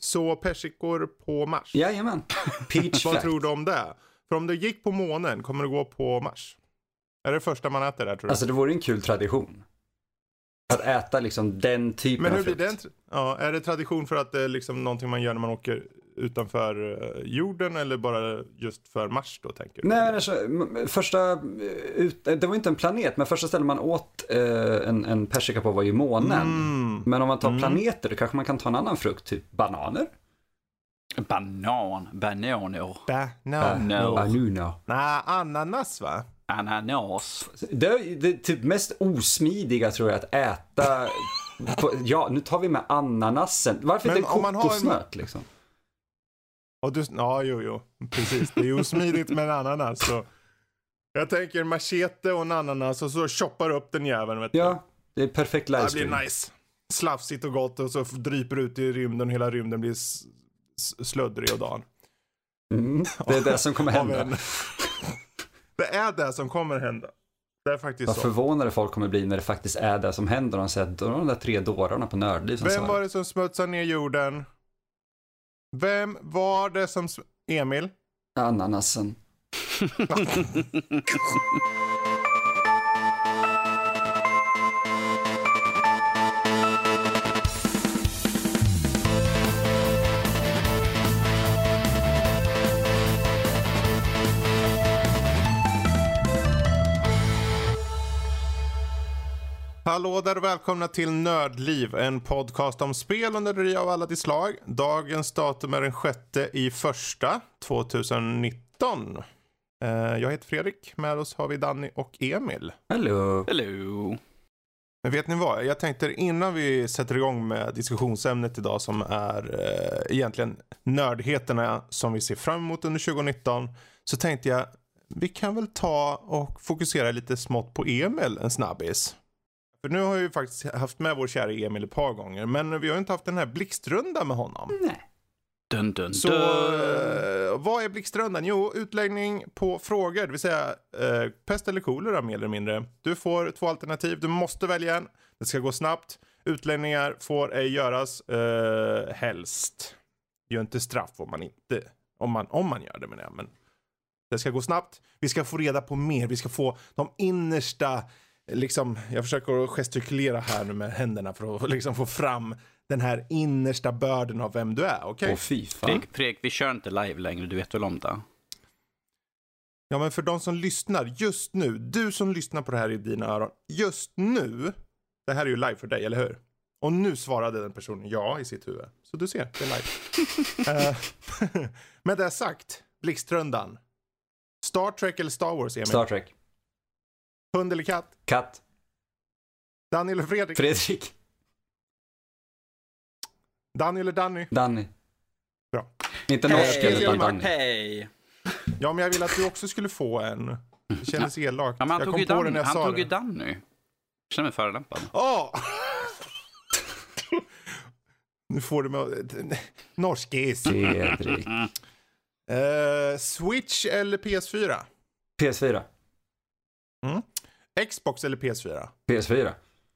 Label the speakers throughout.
Speaker 1: Så persikor på Mars.
Speaker 2: Jajamän. Peach
Speaker 1: Vad
Speaker 2: fact.
Speaker 1: tror du om det? För om det gick på månen, kommer det gå på Mars? Är det första man äter där, tror du?
Speaker 2: Alltså det vore en kul tradition. Att äta liksom den typen
Speaker 1: Men
Speaker 2: av
Speaker 1: hur blir
Speaker 2: frukt.
Speaker 1: det? Är det tradition för att det är liksom någonting man gör när man åker utanför jorden, eller bara just för Mars då, tänker du?
Speaker 2: Nej, alltså, det var inte en planet, men första stället man åt en persika på var ju månen. Men om man tar planeter, då kanske man kan ta en annan frukt, typ bananer.
Speaker 3: Bananer.
Speaker 2: Banana.
Speaker 1: Nej, ananas va?
Speaker 3: Ananas.
Speaker 2: Det är typ mest osmidiga, tror jag, att äta. Nu tar vi med ananasen. Varför
Speaker 1: Men
Speaker 2: inte
Speaker 1: om man har en-
Speaker 2: kokosnöt liksom?
Speaker 1: Och du, ja, jo, precis. Det är ju smidigt med en ananas. Så. Jag tänker machete och en ananas och så choppar du upp den jäveln, vet du.
Speaker 2: Ja, det är perfekt
Speaker 1: Det
Speaker 2: livestream.
Speaker 1: blir nice. Slafsigt och gott, och så dryper ut i rymden, och hela rymden blir sluddrig och dan.
Speaker 2: Det är det som kommer
Speaker 1: Av
Speaker 2: hända.
Speaker 1: en- Det är det som kommer hända. Det är faktiskt
Speaker 2: Vad
Speaker 1: så.
Speaker 2: förvånade folk kommer bli när det faktiskt är det som händer. De säger att de där 3 dårarna på Nördliv som
Speaker 1: Vem
Speaker 2: sa
Speaker 1: var
Speaker 2: det.
Speaker 1: det som smutsade ner jorden? Vem var det som... Emil?
Speaker 2: Ananasen.
Speaker 1: Hallå där och välkomna till Nördliv, en podcast om spel och nörderi av alla de slag. Dagens datum är den 6/1 2019. Jag heter Fredrik, med oss har vi Danny och Emil.
Speaker 2: Hello.
Speaker 3: Hello.
Speaker 1: Men vet ni vad, jag tänkte innan vi sätter igång med diskussionsämnet idag, som är egentligen nördheterna som vi ser fram emot under 2019, så tänkte jag, vi kan väl ta och fokusera lite smått på Emil en snabbis. För nu har jag ju faktiskt haft med vår kära Emil ett par gånger, men vi har ju inte haft den här blixtrunda med honom.
Speaker 2: Nej.
Speaker 3: Dun, dun,
Speaker 1: Så vad är blixtrundan? Jo, utläggning på frågor, det vill säga pest eller kolera mer eller mindre. Du får 2 alternativ, du måste välja en. Det ska gå snabbt. Utläggningar får ej göras helst. Gör inte straff om man inte, om man gör det, men det ska gå snabbt. Vi ska få reda på mer, vi ska få de innersta, liksom, jag försöker gestikulera här nu med händerna för att liksom få fram den här innersta börden av vem du är, okej?
Speaker 2: Åh, fy fan.
Speaker 3: Fredrik, vi kör inte live längre, du vet väl om det?
Speaker 1: Ja, men för de som lyssnar just nu, du som lyssnar på det här i dina öron, just nu, det här är ju live för dig, eller hur? Och nu svarade den personen ja i sitt huvud. Så du ser, det är live. Med det sagt, blixtrundan. Star Trek eller Star Wars, Emil?
Speaker 2: Star Trek.
Speaker 1: Hund eller katt?
Speaker 2: Katt.
Speaker 1: Daniel eller Fredrik?
Speaker 2: Fredrik.
Speaker 1: Daniel eller Danny?
Speaker 2: Danny.
Speaker 1: Bra.
Speaker 2: Inte norska
Speaker 1: Hej,
Speaker 2: utan
Speaker 1: Mark.
Speaker 2: Danny.
Speaker 3: Hej.
Speaker 1: Ja, men jag vill att du också skulle få en. Det kändes elakt.
Speaker 3: Ja, men
Speaker 1: Jag kom på det när jag sa
Speaker 3: han tog ju
Speaker 1: det.
Speaker 3: Danny. Jag känner mig förolämpad.
Speaker 1: Nu får du med... Norskis.
Speaker 2: Fredrik.
Speaker 1: Switch eller PS4?
Speaker 2: PS4.
Speaker 1: Xbox eller PS4?
Speaker 2: PS4.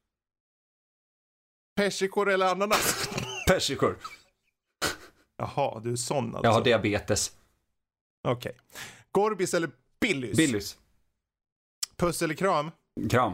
Speaker 1: Persikor eller ananas?
Speaker 2: Persikor.
Speaker 1: Jaha, du är sån alltså.
Speaker 2: Jag har diabetes.
Speaker 1: Okej. Gorbis eller Billys?
Speaker 2: Billys.
Speaker 1: Puss eller kram?
Speaker 2: Kram.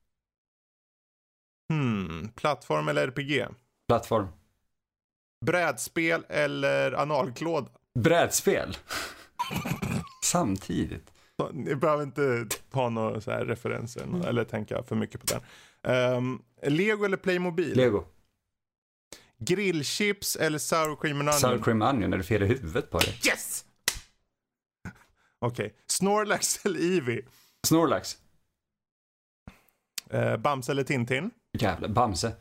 Speaker 1: Plattform eller RPG?
Speaker 2: Plattform.
Speaker 1: Brädspel eller analklåda?
Speaker 2: Brädspel. Samtidigt.
Speaker 1: Så, ni behöver inte ta några så här referenser eller tänka för mycket på den. Lego eller Playmobil?
Speaker 2: Lego.
Speaker 1: Grillchips eller sour cream and onion?
Speaker 2: Sour cream onion. Är du fel i huvudet på det?
Speaker 1: Yes! Okej. Snorlax eller Eevee?
Speaker 2: Snorlax.
Speaker 1: Bamse eller Tintin?
Speaker 2: Jävlar. Bamse.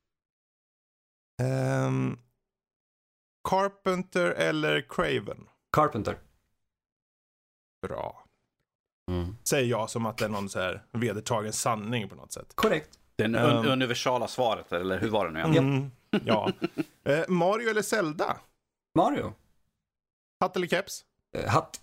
Speaker 1: Carpenter eller Craven?
Speaker 2: Carpenter.
Speaker 1: Bra. Säger jag som att det är någon så här vedertagen sanning på något sätt.
Speaker 2: Korrekt.
Speaker 3: Det universala svaret, eller hur var det nu igen?
Speaker 1: Ja. Mario eller Zelda?
Speaker 2: Mario.
Speaker 1: Hatt eller keps?
Speaker 2: Hatt.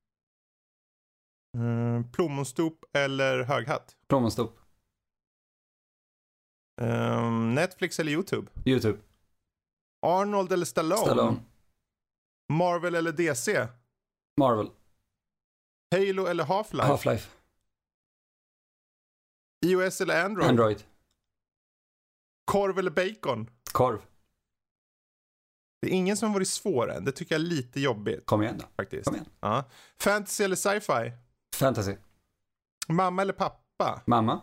Speaker 1: Plommonstop eller höghatt?
Speaker 2: Plommonstop.
Speaker 1: Netflix eller YouTube?
Speaker 2: YouTube.
Speaker 1: Arnold eller Stallone?
Speaker 2: Stallone.
Speaker 1: Marvel eller DC?
Speaker 2: Marvel.
Speaker 1: Halo eller Half-Life?
Speaker 2: Half-Life.
Speaker 1: iOS eller Android?
Speaker 2: Android.
Speaker 1: Korv eller bacon?
Speaker 2: Korv.
Speaker 1: Det är ingen som varit svår än. Det tycker jag är lite jobbigt.
Speaker 2: Kom igen då.
Speaker 1: Faktiskt.
Speaker 2: Kom igen.
Speaker 1: Ja. Fantasy eller sci-fi?
Speaker 2: Fantasy.
Speaker 1: Mamma eller pappa?
Speaker 2: Mamma.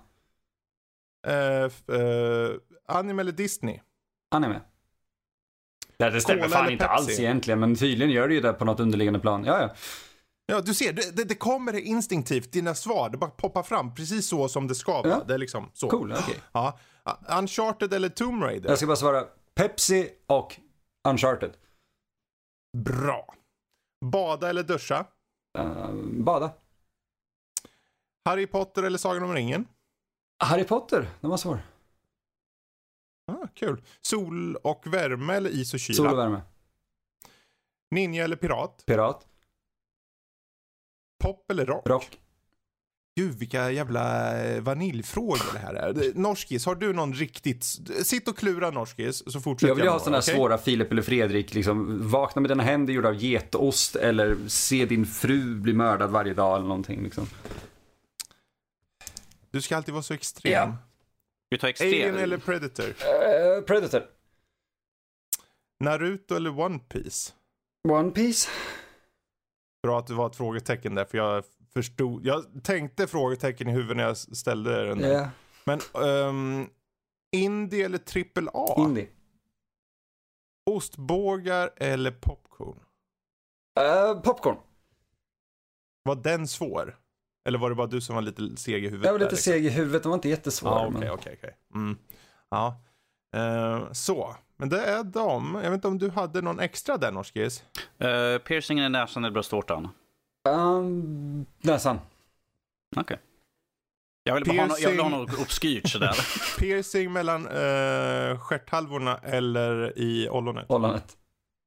Speaker 1: Anime eller Disney?
Speaker 2: Anime. Det stämmer
Speaker 1: Cola
Speaker 2: fan
Speaker 1: eller
Speaker 2: inte
Speaker 1: Pepsi?
Speaker 2: alls egentligen, men tydligen gör det ju det på något underliggande plan. Ja.
Speaker 1: Ja, du ser, det kommer instinktivt, dina svar, det bara poppar fram precis så som det ska vara.
Speaker 2: Ja.
Speaker 1: Det är liksom så.
Speaker 2: Cool, okej.
Speaker 1: Ja. Uncharted eller Tomb Raider?
Speaker 2: Jag ska bara svara Pepsi och Uncharted.
Speaker 1: Bra. Bada eller duscha?
Speaker 2: Bada.
Speaker 1: Harry Potter eller Sagan om ringen?
Speaker 2: Harry Potter, den var svår.
Speaker 1: Kul. Sol och värme eller is och kyla?
Speaker 2: Sol och värme.
Speaker 1: Ninja eller pirat?
Speaker 2: Pirat.
Speaker 1: Pop eller rock?
Speaker 2: Rock.
Speaker 1: Gud, vilka jävla vaniljfrågor det här är. Norskis, har du någon riktigt... Sitt och klura Norskis, så fortsätter
Speaker 2: Jag vill ju ha
Speaker 1: några,
Speaker 2: sådana
Speaker 1: okej?
Speaker 2: svåra Filip eller Fredrik, liksom, vakna med dina händer gjorda av getost eller se din fru bli mördad varje dag eller någonting liksom.
Speaker 1: Du ska alltid vara så extrem.
Speaker 2: Ja.
Speaker 3: Vi tar extrem.
Speaker 1: Alien eller Predator?
Speaker 2: Predator.
Speaker 1: Naruto eller One Piece?
Speaker 2: One Piece.
Speaker 1: Bra att det var ett frågetecken där, för jag förstod. Jag tänkte frågetecken i huvudet när jag ställde den.
Speaker 2: Yeah.
Speaker 1: Men indie eller trippel A?
Speaker 2: Indie.
Speaker 1: Ostbågar eller popcorn?
Speaker 2: Popcorn.
Speaker 1: Var den svår? Eller var det bara du som var lite seg i huvudet?
Speaker 2: Jag var lite
Speaker 1: där,
Speaker 2: seg i huvudet, det var inte jättesvår.
Speaker 1: Ja,
Speaker 2: men...
Speaker 1: okej. Mm. Ja. Så, men det är dem. Jag vet inte om du hade någon extra där, Norskis?
Speaker 3: Piercingen i näsan eller bröstvårtan?
Speaker 2: Näsan.
Speaker 3: Okej. Jag vill bara ha något obskyrt sådär.
Speaker 1: Piercing mellan stjärthalvorna eller i ollonet?
Speaker 2: Ollonet.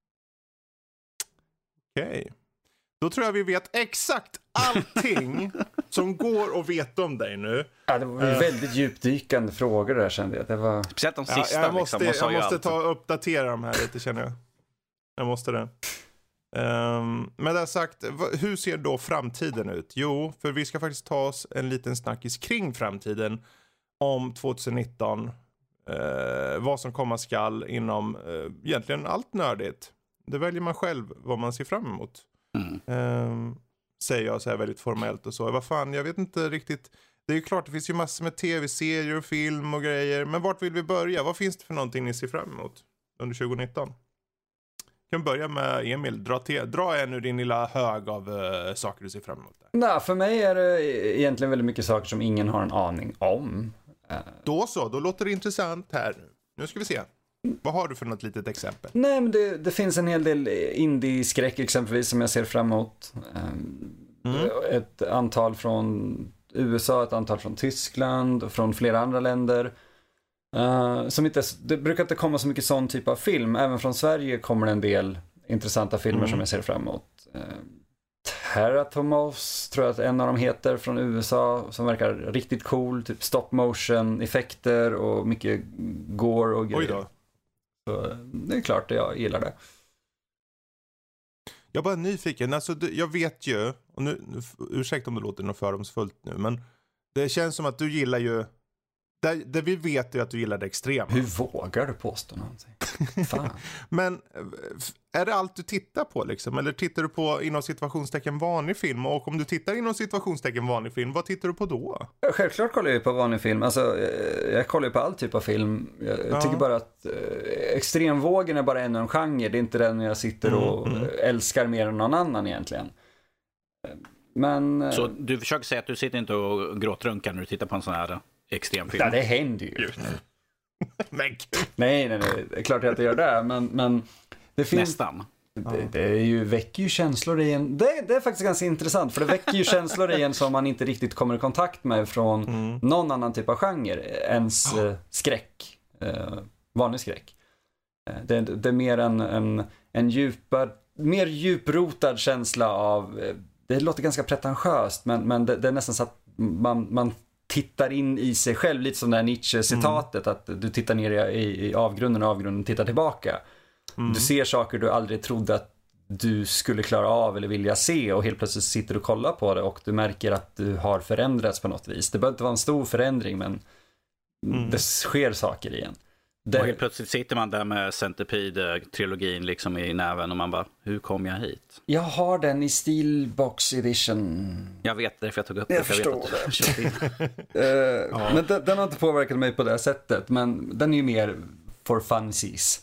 Speaker 1: Okej. Då tror jag vi vet exakt allting som går att veta om dig nu.
Speaker 2: Ja, det var väldigt djupdykande frågor där, kände jag. Det var...
Speaker 3: Speciellt de sista.
Speaker 1: Jag måste,
Speaker 3: liksom,
Speaker 1: jag måste ta och uppdatera de här lite, känner jag. Jag måste det. Med det sagt, hur ser då framtiden ut? Jo, för vi ska faktiskt ta oss en liten snackis kring framtiden om 2019. Vad som komma skall inom egentligen allt nördigt. Det väljer man själv vad man ser fram emot. Säger jag så här väldigt formellt och så. Vad fan, jag vet inte riktigt. Det är ju klart, det finns ju massor med tv-serier och film och grejer. Men vart vill vi börja? Vad finns det för någonting ni ser fram emot under 2019? Kan börja med Emil. Dra en ur din lilla hög av saker du ser fram emot. Där.
Speaker 2: Nej, för mig är det egentligen väldigt mycket saker som ingen har en aning om.
Speaker 1: Då låter det intressant här nu. Nu ska vi se. Vad har du för något litet exempel?
Speaker 2: Nej, men det finns en hel del indie-skräck exempelvis som jag ser fram emot. Ett antal från USA, ett antal från Tyskland och från flera andra länder. Det brukar inte komma så mycket sån typ av film. Även från Sverige kommer en del intressanta filmer som jag ser fram emot. Terratomos tror jag att en av dem heter, från USA, som verkar riktigt cool. Typ stop motion effekter och mycket gore och grejer.
Speaker 1: Oj då.
Speaker 2: Så det är klart att jag gillar det.
Speaker 1: Jag är bara nyfiken. Alltså, jag vet ju, och nu ursäkta om det låter något fördomsfullt nu, men det känns som att du gillar ju, det vi vet är att du gillar det extrema.
Speaker 2: Hur vågar du påstå någonting? Fan.
Speaker 1: Men är det allt du tittar på liksom? Eller tittar du på inom situationstecken vanlig film? Och om du tittar inom situationstecken vanlig film, vad tittar du på då?
Speaker 2: Självklart kollar jag på vanlig film. Alltså, jag kollar ju på all typ av film. Jag tycker bara att extremvågen är bara ännu en genre. Det är inte den jag sitter och älskar mer än någon annan egentligen. Men... Så
Speaker 3: du försöker säga att du sitter inte och gråtrunkar när du tittar på en sån här extremfilm?
Speaker 2: Ja, det händer ju.
Speaker 1: Men
Speaker 2: nej, det är klart att jag inte gör det. Men det finns...
Speaker 3: Nästan.
Speaker 2: Det väcker ju känslor i en... Det är faktiskt ganska intressant. För det väcker ju känslor i en som man inte riktigt kommer i kontakt med från någon annan typ av genre. Ens skräck. Vanlig skräck. Det är mer en mer djuprotad känsla av... Det låter ganska pretentiöst. Men det är nästan så att man tittar in i sig själv. Lite som det här Nietzsche-citatet. Att du tittar ner i avgrunden och avgrunden tittar tillbaka. Du ser saker du aldrig trodde att du skulle klara av eller vilja se, och helt plötsligt sitter du och kollar på det och du märker att du har förändrats på något vis. Det behöver inte vara en stor förändring, men det sker saker igen.
Speaker 3: Och helt plötsligt sitter man där med Centipede-trilogin liksom i näven och man bara, hur kom jag hit?
Speaker 2: Jag har den i Steelbox Edition.
Speaker 3: Jag vet det, för jag tog upp det.
Speaker 2: Jag förstår det. Men den har inte påverkat mig på det sättet, men den är ju mer for funsies.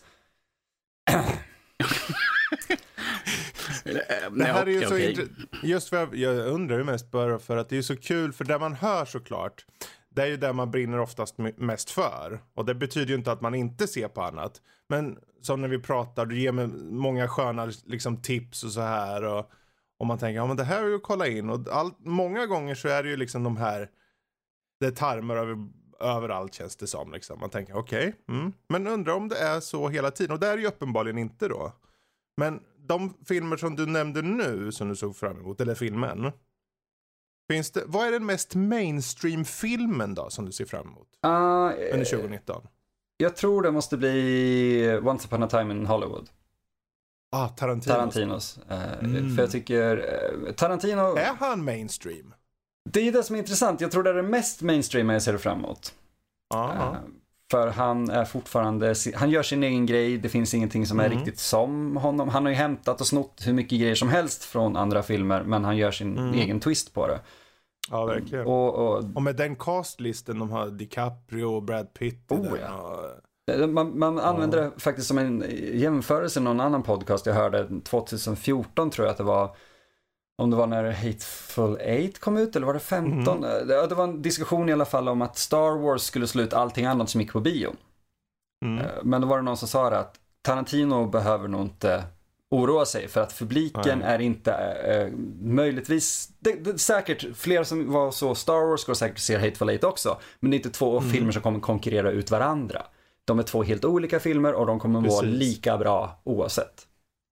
Speaker 1: Det här är ju så just för jag undrar ju mest bara för att det är så kul, för det man hör såklart, det är ju där man brinner oftast mest för. Och det betyder ju inte att man inte ser på annat. Men som när vi pratar, du ger mig många sköna liksom, tips och så här. Och man tänker, ja men det här vill jag kolla in. Och många gånger så är det ju liksom de här, det tarmar överallt känns det som. Liksom. Man tänker, okej. Men undrar om det är så hela tiden. Och det är ju uppenbarligen inte då. Men de filmer som du nämnde nu, som du såg fram emot, eller filmen. Vad är den mest mainstream-filmen då som du ser fram emot? Under 2019?
Speaker 2: Jag tror det måste bli Once upon a time in Hollywood. Tarantinos. För jag tycker Tarantino...
Speaker 1: Är han mainstream?
Speaker 2: Det är det som är intressant. Jag tror det är det mest mainstream jag ser fram emot. För han är fortfarande... Han gör sin egen grej. Det finns ingenting som är riktigt som honom. Han har ju hämtat och snott hur mycket grejer som helst från andra filmer. Men han gör sin egen twist på det.
Speaker 1: Ja, verkligen. Och med den castlisten, de har DiCaprio och Brad Pitt.
Speaker 2: Man använder det faktiskt som en jämförelse i någon annan podcast jag hörde 2014 tror jag att det var. Om det var när Hateful Eight kom ut, eller var det 15? Det var en diskussion i alla fall om att Star Wars skulle slå ut allting annat som gick på bio. Men då var det någon som sa att Tarantino behöver nog inte oroa sig, för att publiken är inte möjligtvis, det säkert fler som var så Star Wars går säkert se Hateful Eight också, men det är inte två filmer som kommer konkurrera ut varandra. De är två helt olika filmer och de kommer vara lika bra oavsett.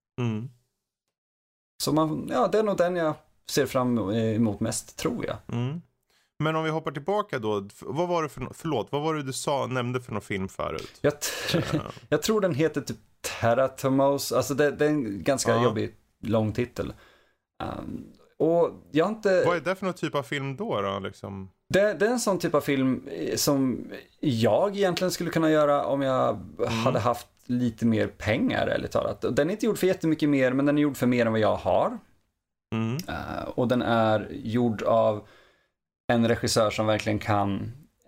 Speaker 2: Så det är nog den jag ser fram emot mest, tror jag.
Speaker 1: Men om vi hoppar tillbaka då, vad var det vad var det du nämnde för någon film förut?
Speaker 2: Jag tror den heter typ Teratomos, alltså det är en ganska jobbig lång titel. Och jag inte...
Speaker 1: Vad är det för någon typ av film då liksom?
Speaker 2: Det är en sån typ av film som jag egentligen skulle kunna göra om jag hade haft lite mer pengar, eller talat. Den är inte gjord för jättemycket mer, men den är gjord för mer än vad jag har. Och den är gjord av en regissör som verkligen kan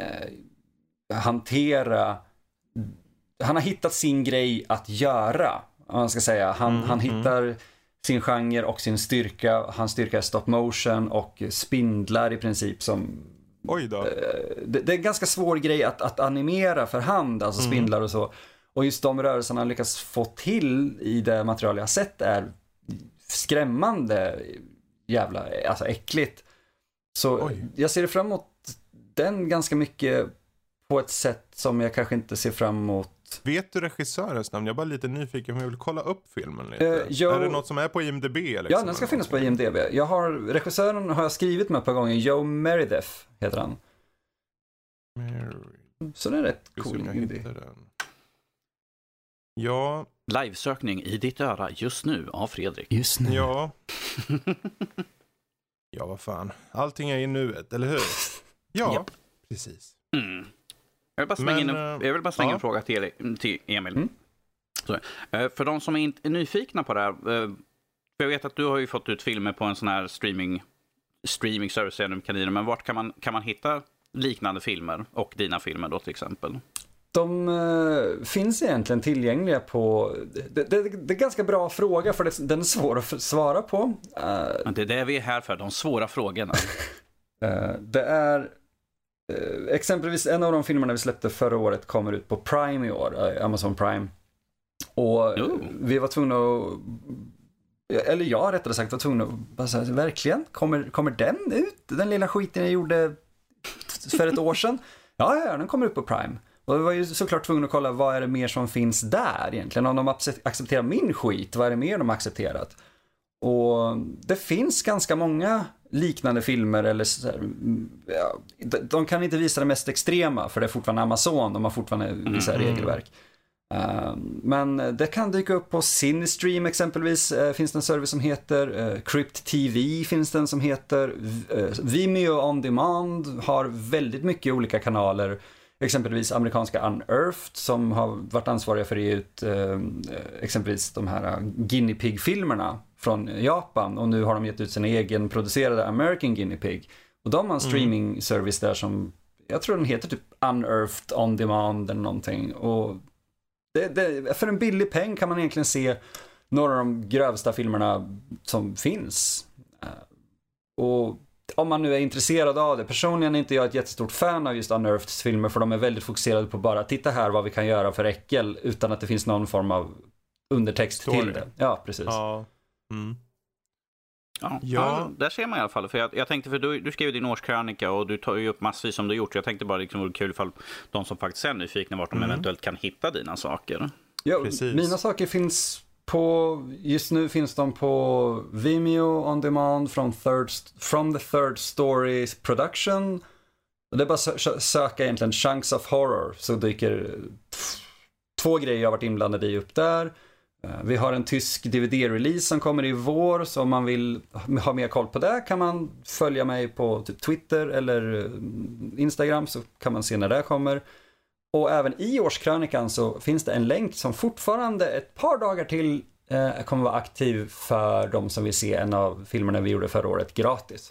Speaker 2: hantera. Han har hittat sin grej att göra, om man ska säga. Han hittar sin genre och sin styrka. Hans styrka är stop motion och spindlar i princip som...
Speaker 1: Oj då.
Speaker 2: Det är en ganska svår grej att animera för hand, alltså spindlar och så. Och just de rörelserna han lyckas få till i det material jag sett är skrämmande jävla, alltså äckligt. Så jag ser fram emot den ganska mycket på ett sätt som jag kanske inte ser fram emot.
Speaker 1: Vet du regissörens namn? Jag är bara lite nyfiken, om jag vill kolla upp filmen lite. Är det något som är på IMDb? Liksom?
Speaker 2: Ja, den ska finnas på IMDb. Regissören har jag skrivit med ett par gånger. Joe Meredith heter han. Så det är rätt cool idé.
Speaker 1: Ja.
Speaker 3: Livesökning i ditt öra just nu av Fredrik.
Speaker 2: Just nu.
Speaker 1: Ja. Ja, vad fan. Allting är i nuet, eller hur? Ja, precis.
Speaker 3: Jag vill bara slänga en fråga till Emil. För de som är nyfikna på det här, för jag vet att du har ju fått ut filmer på en sån här streaming service genom kaniner, men vart kan man hitta liknande filmer och dina filmer då till exempel?
Speaker 2: De finns egentligen tillgängliga på... Det är en ganska bra fråga, för den är svår att svara på.
Speaker 3: Det är det vi är här för, de svåra frågorna.
Speaker 2: Det är... exempelvis en av de filmerna vi släppte förra året kommer ut på Prime i år, Amazon Prime. Och vi var tvungna att... Eller jag rättare sagt var tvungen att bara säga, verkligen? Kommer den ut? Den lilla skiten jag gjorde för ett år sedan? Ja, den kommer ut på Prime. Och vi var ju såklart tvungna att kolla vad är det mer som finns där egentligen. Om de accepterar min skit, vad är det mer de har accepterat? Och det finns ganska många liknande filmer. Eller så här, de kan inte visa det mest extrema, för det är fortfarande Amazon. De har fortfarande vissa regelverk. Men det kan dyka upp på Cinestream exempelvis. Finns det en service som heter Crypt TV finns det en som heter Vimeo On Demand har väldigt mycket olika kanaler. Exempelvis amerikanska Unearthed som har varit ansvariga för att ge ut exempelvis de här Guinea Pig-filmerna från Japan. Och nu har de gett ut sin egen producerade American Guinea Pig. Och de har en streaming-service där som, jag tror den heter typ Unearthed On Demand eller någonting. Och för en billig peng kan man egentligen se några av de grövsta filmerna som finns. Och om man nu är intresserad av det. Personligen är inte jag ett jättestort fan av just Uneartheds filmer för de är väldigt fokuserade på bara titta här vad vi kan göra för äckel utan att det finns någon form av undertext story till det. Ja, precis.
Speaker 1: Ja.
Speaker 3: Ja, där ser man i alla fall. För jag tänkte, för du skrev din årskrönika och du tar ju upp massvis som du gjort. Jag tänkte bara liksom, det vore kul ifall de som faktiskt är nyfikna vart de eventuellt kan hitta dina saker.
Speaker 2: Ja, mina saker finns just nu finns de på Vimeo On Demand from the Third Story Production. Det är bara söka egentligen Chunks of Horror så dyker 2 grejer jag har varit inblandad i upp där. Vi har en tysk DVD-release som kommer i vår, så om man vill ha mer koll på det kan man följa mig på typ Twitter eller Instagram så kan man se när det kommer. Och även i årskrönikan så finns det en länk som fortfarande ett par dagar till kommer vara aktiv för de som vill se en av filmerna vi gjorde förra året gratis.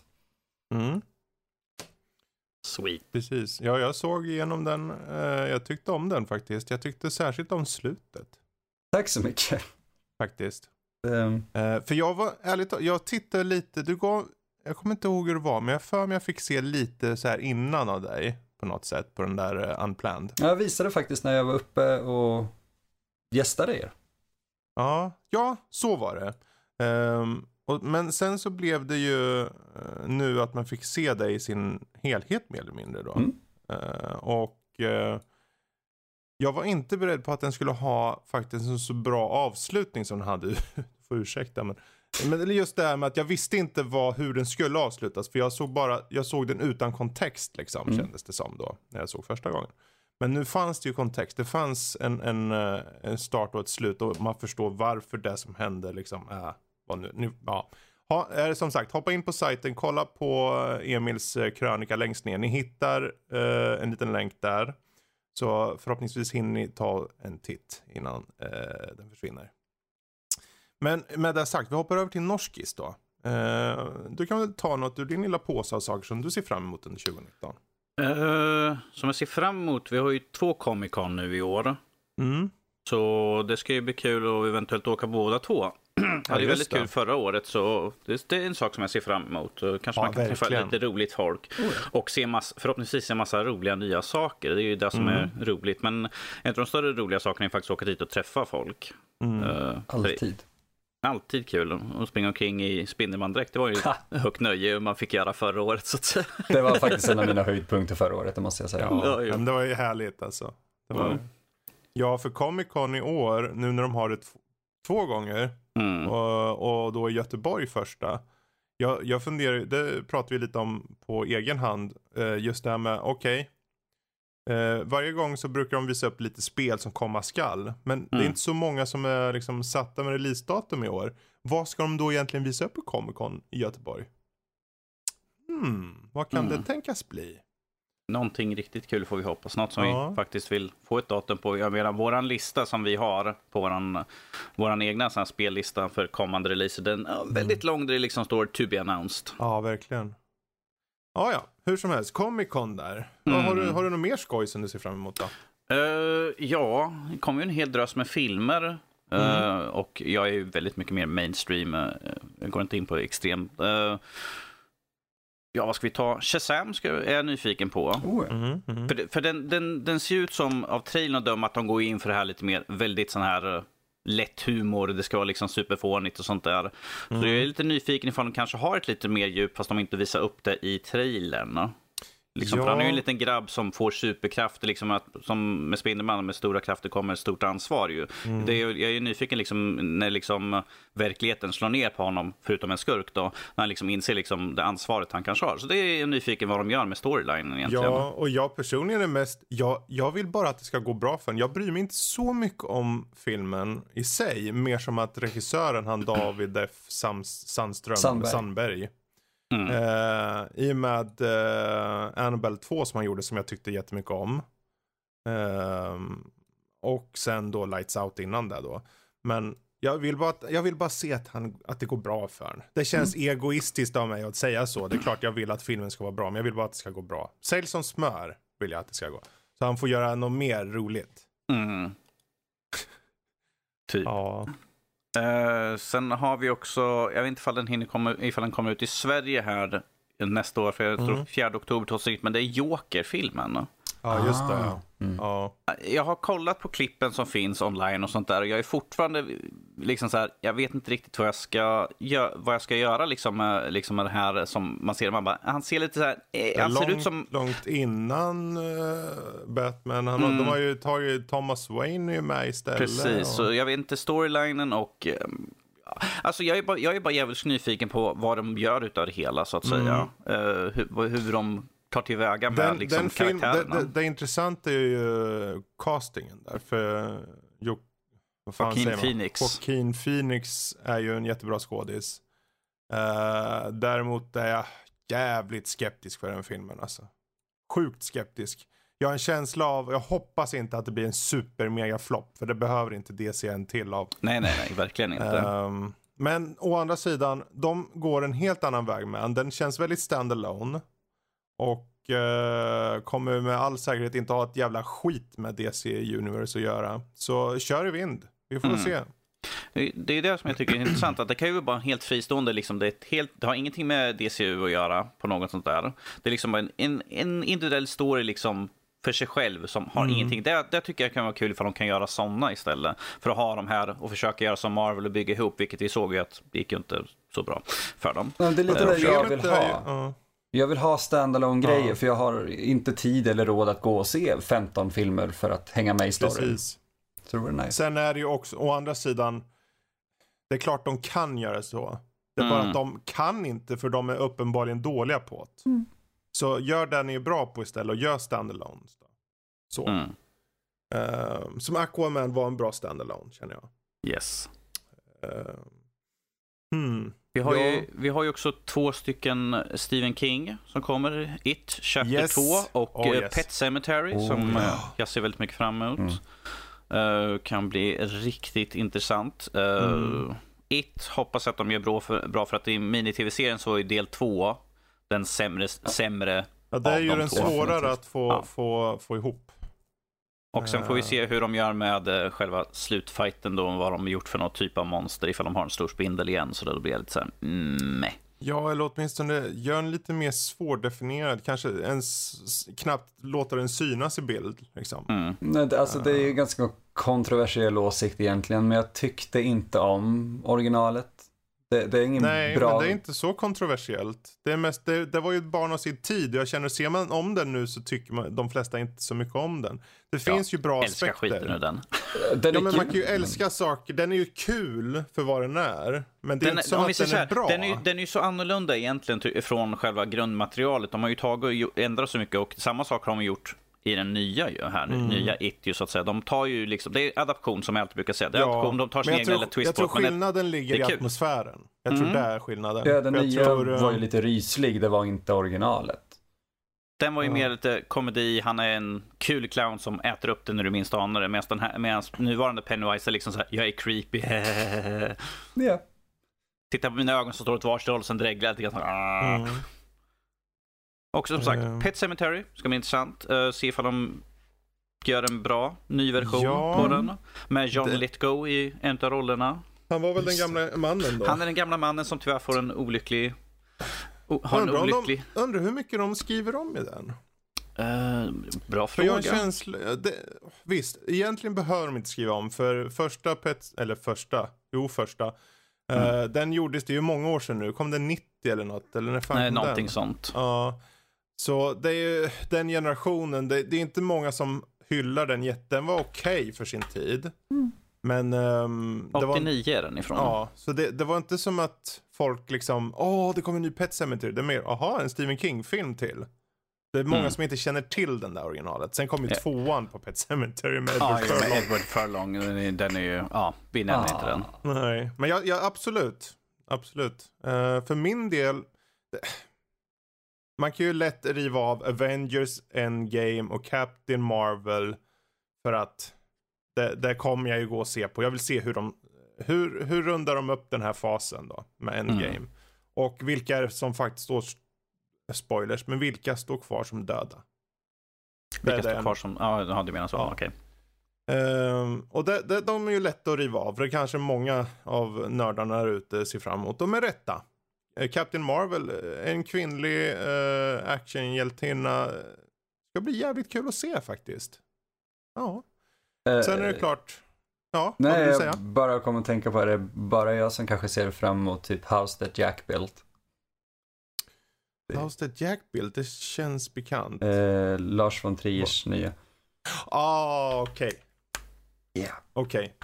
Speaker 3: Sweet.
Speaker 1: Precis. Ja, jag såg igenom den. Jag tyckte om den faktiskt. Jag tyckte särskilt om slutet.
Speaker 2: Tack så mycket.
Speaker 1: Faktiskt. För jag var ärligt, jag tittade lite, jag kommer inte ihåg hur det var, men jag fick se lite så här innan av dig på något sätt på den där Unplanned.
Speaker 2: Jag visade faktiskt när jag var uppe och gästade er.
Speaker 1: Ja, så var det. Men sen så blev det ju nu att man fick se dig i sin helhet mer eller mindre då. Jag var inte beredd på att den skulle ha faktiskt en så bra avslutning som den hade. Får ursäkta, men just det här med att jag visste inte hur den skulle avslutas. För jag såg den utan kontext liksom, kändes det som då. När jag såg första gången. Men nu fanns det ju kontext. Det fanns en start och ett slut. Och man förstår varför det som hände liksom som sagt, hoppa in på sajten. Kolla på Emils krönika längst ner. Ni hittar en liten länk där. Så förhoppningsvis hinner ni ta en titt innan den försvinner. Men med det sagt, vi hoppar över till norskis då. Du kan väl ta något ur din lilla påse av saker som du ser fram emot under 2019?
Speaker 3: Som jag ser fram emot, vi har ju 2 Comic-Con nu i år. Så det ska ju bli kul att eventuellt åka båda 2. Det hade väldigt kul förra året, så det är en sak som jag ser fram emot. Kanske man kan träffa lite roligt folk och förhoppningsvis se en massa roliga nya saker. Det är ju det som är roligt. Men en av de större roliga sakerna är faktiskt att åka dit och träffa folk. Alltid kul att springa omkring i Spindelmannen-dräkt. Det var ju ett högt nöje man fick göra förra året. Så att...
Speaker 2: Det var faktiskt en av mina höjdpunkter förra året, det måste jag säga.
Speaker 1: Ja, men det var ju härligt alltså. Det var... Ja, för Comic-Con i år, nu när de har det 2 gånger och då i Göteborg första. Jag funderar, det pratar vi lite om på egen hand, just det här med, varje gång så brukar de visa upp lite spel som komma skall. Men det är inte så många som är liksom satta med releasedatum i år. Vad ska de då egentligen visa upp på Comic-Con i Göteborg? Vad kan det tänkas bli?
Speaker 3: Någonting riktigt kul får vi hoppas. Något som vi faktiskt vill få ett datum på. Jag menar, våran lista som vi har på våran egna sån här spellista för kommande release. Den är väldigt lång där det liksom står to be announced.
Speaker 1: Ja, verkligen. Ja, hur som helst. Comic-Con där. Har du något mer skoj som du ser fram emot då?
Speaker 3: Ja, det kommer ju en hel drös med filmer. Och jag är ju väldigt mycket mer mainstream. Jag går inte in på extrem. Ja, vad ska vi ta? Shazam är jag nyfiken på. För den ser ut som, av trailern att döma, att de går in för det här lite mer väldigt sån här lätt humor. Det ska vara liksom superfånigt och sånt där. Så jag är lite nyfiken ifall de kanske har ett lite mer djup fast de inte visar upp det i trailern. Liksom, för han är ju en liten grabb som får superkrafter, liksom som med Spindelmannen med stora krafter kommer ett stort ansvar ju. Jag är ju nyfiken liksom, när liksom verkligheten slår ner på honom, förutom en skurk då, när han liksom inser liksom det ansvaret han kanske har. Så det är jag nyfiken vad de gör med storylinen egentligen.
Speaker 1: Ja, och jag personligen är mest, jag vill bara att det ska gå bra för en. Jag bryr mig inte så mycket om filmen i sig, mer som att regissören, han David F. Sandberg. I och med Annabelle 2 som han gjorde, som jag tyckte jättemycket om, och sen då Lights Out innan det då. Men jag vill bara se att det går bra för han. Det känns egoistiskt av mig att säga så. Det är klart jag vill att filmen ska vara bra, men jag vill bara att det ska gå bra. Sälj som smör vill jag att det ska gå. Så han får göra något mer roligt.
Speaker 3: Typ. Ja. Sen har vi också, jag vet inte ifall den kommer ut i Sverige här nästa år, för jag tror 4 oktober 2000, men det är Joker-filmen.
Speaker 1: Ja, just det. Ja.
Speaker 3: Jag har kollat på klippen som finns online och sånt där, och jag är fortfarande liksom så här, jag vet inte riktigt vad jag ska göra liksom med det här som man ser. Man bara, han ser lite så här, han ser ut som
Speaker 1: långt innan Batman. De har ju tagit Thomas Wayne med istället.
Speaker 3: Precis, så jag vet inte storylinen och alltså jag är bara jävligt nyfiken på vad de gör utav det hela, så att säga. Hur de tar tillväga med liksom karaktärerna. Det intressanta är ju castingen där, för Joaquin Phoenix är ju en jättebra skådis. Däremot är jag jävligt skeptisk för den filmen, alltså. Sjukt skeptisk. Jag har en känsla av, jag hoppas inte att det blir en super mega flopp, för det behöver inte DC en till av. Nej, verkligen inte.
Speaker 1: Men å andra sidan, de går en helt annan väg med den. Den känns väldigt standalone. Och kommer med all säkerhet inte ha ett jävla skit med DC Universe att göra. Så kör i vind. Vi får se.
Speaker 3: Det är det som jag tycker är intressant. Att det kan ju vara helt fristående. Liksom, det har ingenting med DCU att göra på något sånt där. Det är liksom en individuell story liksom för sig själv som har ingenting. Det tycker jag kan vara kul ifall de kan göra sådana istället. För att ha dem här och försöka göra som Marvel och bygga ihop. Vilket vi såg ju att det gick ju inte så bra för dem.
Speaker 2: Det är lite det jag vill ha. Jag vill ha standalone-grejer, för jag har inte tid eller råd att gå och se 15 filmer för att hänga med i storyn.
Speaker 1: Precis.
Speaker 2: Så det är nice.
Speaker 1: Sen är det ju också, å andra sidan, det är klart de kan göra så. Det är bara att de kan inte, för de är uppenbarligen dåliga på det. Så gör det ni är bra på istället och gör standalones då. Så. Som Aquaman var en bra standalone, känner jag.
Speaker 3: Yes. Vi har ju också 2 stycken Stephen King som kommer. It, Chapter 2 och Pet Sematary som jag ser väldigt mycket fram emot. Kan bli riktigt intressant. It hoppas att de gör bra för att i mini-tv-serien så är del 2 den sämre
Speaker 1: ja, det är ju den svårare att få ihop.
Speaker 3: Och sen får vi se hur de gör med själva slutfighten då, vad de har gjort för någon typ av monster, ifall de har en stor spindel igen, så då blir det lite så här,
Speaker 1: Ja, eller åtminstone gör en lite mer svårdefinierad, kanske knappt låta den synas i bild liksom.
Speaker 2: Alltså det är ju ganska kontroversiell åsikt egentligen, men jag tyckte inte om originalet. Det är ingen bra...
Speaker 1: Nej, men det är inte så kontroversiellt. Det är mest, det var ju ett barn av sin tid. Jag känner, ser man om den nu så tycker de flesta inte så mycket om den. Det finns ju bra aspekter.
Speaker 3: Älskar skiten ur den.
Speaker 1: Ja, men man kan ju älska saker. Den är ju kul för vad den är. Men det är inte så att den är bra.
Speaker 3: Den är ju så annorlunda egentligen från själva grundmaterialet. De har ju tagit och ändrat så mycket. Och samma sak har de gjort i den nya nya It ju, så att säga. De tar ju liksom, det är adaption som jag alltid brukar säga. Det är adaption, de tar sin egen eller twist.
Speaker 1: Jag tror skillnaden ligger i atmosfären. Jag tror det är skillnaden.
Speaker 2: Ja, den nya var ju lite ryslig, det var inte originalet.
Speaker 3: Den var ju mer lite komedi, han är en kul clown som äter upp det när du minst anar det. Medan nuvarande Pennywise är liksom så här, jag är creepy.
Speaker 2: Ja.
Speaker 3: Titta på mina ögon så står det ett varsitt håll och sen dreglar det. Och som sagt, Pet Sematary ska bli intressant. Se ifall de gör en bra ny version på den. Med John Lithgow i en av rollerna.
Speaker 1: Han var väl den gamla mannen då?
Speaker 3: Han är den gamla mannen som tyvärr får en olycklig...
Speaker 1: Undrar hur mycket de skriver om i den?
Speaker 3: Bra fråga.
Speaker 1: Jag har en känsla, visst, egentligen behöver de inte skriva om. För första. Den gjordes det ju många år sedan nu. Kom det 90 eller något? Eller när
Speaker 3: Nej, någonting sånt.
Speaker 1: Ja. Så det är ju den generationen, det är inte många som hyllar den den var okej för sin tid. Men det
Speaker 3: 89 är den ifrån.
Speaker 1: Ja, så det var inte som att folk liksom, det kommer en ny Pet Sematary. Det är mer, en Stephen King-film till. Det är många som inte känner till den där originalet. Sen kom ju 2:an på Pet Sematary med
Speaker 3: Edward Furlong. Den är ju, vi nämner inte den.
Speaker 1: Nej, men jag absolut. För min del, man kan ju lätt riva av Avengers, Endgame och Captain Marvel för att det kommer jag ju gå och se på. Jag vill se hur rundar de upp den här fasen då med Endgame. Och vilka är det som faktiskt står, spoilers, men vilka står kvar som döda?
Speaker 3: Vilka står kvar som, du menar så, okej.
Speaker 1: Och de är ju lätta att riva av. Det är kanske många av nördarna där ute ser fram emot. De är rätta. Captain Marvel, en kvinnlig actionhjältinna. Ska bli jävligt kul att se faktiskt. Ja. Sen är det klart. Ja,
Speaker 2: nej,
Speaker 1: vad vill du säga?
Speaker 2: Jag bara kommer att tänka på det. Bara jag som kanske ser fram emot typ House That Jack Built.
Speaker 1: House That Jack Built, det känns bekant.
Speaker 2: Lars von Triers nya.
Speaker 1: Okej.
Speaker 2: Yeah.
Speaker 1: Okej.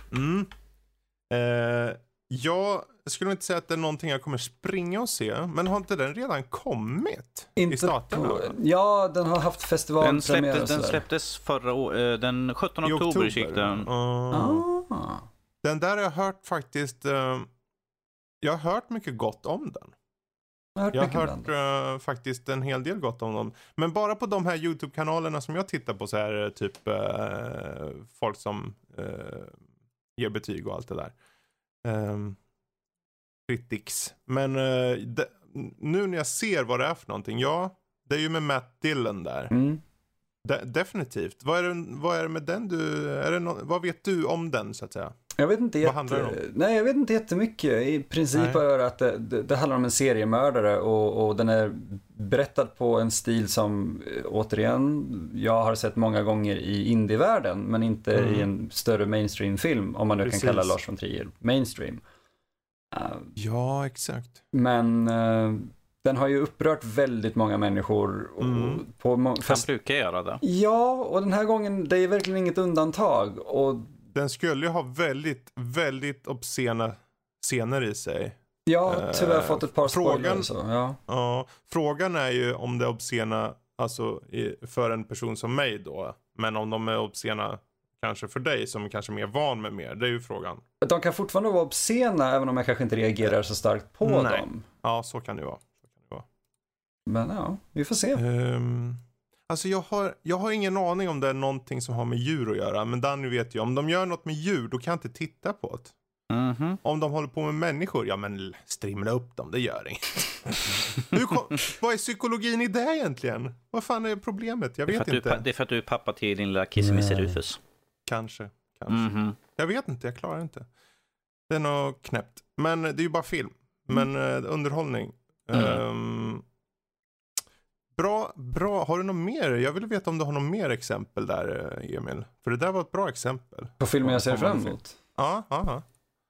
Speaker 1: Jag skulle inte säga att det är någonting jag kommer springa och se, men har inte den redan kommit i staterna?
Speaker 2: Ja, den har haft festivalpremiär.
Speaker 3: Den släpptes förra året, den 17 oktober gick den.
Speaker 1: Den där har jag hört faktiskt, jag har hört mycket gott om den. Jag har hört faktiskt en hel del gott om dem. Men bara på de här YouTube-kanalerna som jag tittar på så är typ folk som ger betyg och allt det där. Critics. Men nu när jag ser vad det är för någonting, det är ju med Matt Dillon där. Definitivt. Vad är det med den vad vet du om den så att säga?
Speaker 2: Jag vet inte jag vet inte jättemycket. I princip är det att det handlar om en seriemördare och den är berättad på en stil som återigen jag har sett många gånger i indievärlden men inte i en större mainstream-film, om man nu kan kalla Lars von Trier mainstream.
Speaker 1: Ja, exakt.
Speaker 2: Men den har ju upprört väldigt många människor.
Speaker 3: Han brukar göra det.
Speaker 2: Ja, och den här gången det är verkligen inget undantag. Och
Speaker 1: den skulle ju ha väldigt, väldigt obscena scener i sig.
Speaker 2: Ja, tyvärr fått ett par spoilers.
Speaker 1: Ja, frågan är ju om det är obscena alltså, för en person som mig då. Men om de är obscena kanske för dig som kanske är mer van med mer. Det är ju frågan.
Speaker 2: De kan fortfarande vara obscena även om jag kanske inte reagerar så starkt på dem.
Speaker 1: Ja, så kan det vara.
Speaker 2: Men ja, vi får se.
Speaker 1: Alltså jag har ingen aning om det är någonting som har med djur att göra. Men Danny vet ju, om de gör något med djur då kan jag inte titta på det. Om de håller på med människor, ja men strimla upp dem, det gör inget. Vad är psykologin i det egentligen? Vad fan är problemet? Jag vet inte.
Speaker 3: Det är för att du är pappa till din lilla kissemisse Rufus.
Speaker 1: Kanske. Jag vet inte, jag klarar inte. Det är nog knäppt. Men det är ju bara film. Men underhållning. Bra. Har du något mer? Jag vill veta om du har något mer exempel där, Emil. För det där var ett bra exempel.
Speaker 2: På filmen jag ser fram emot?
Speaker 1: Ja.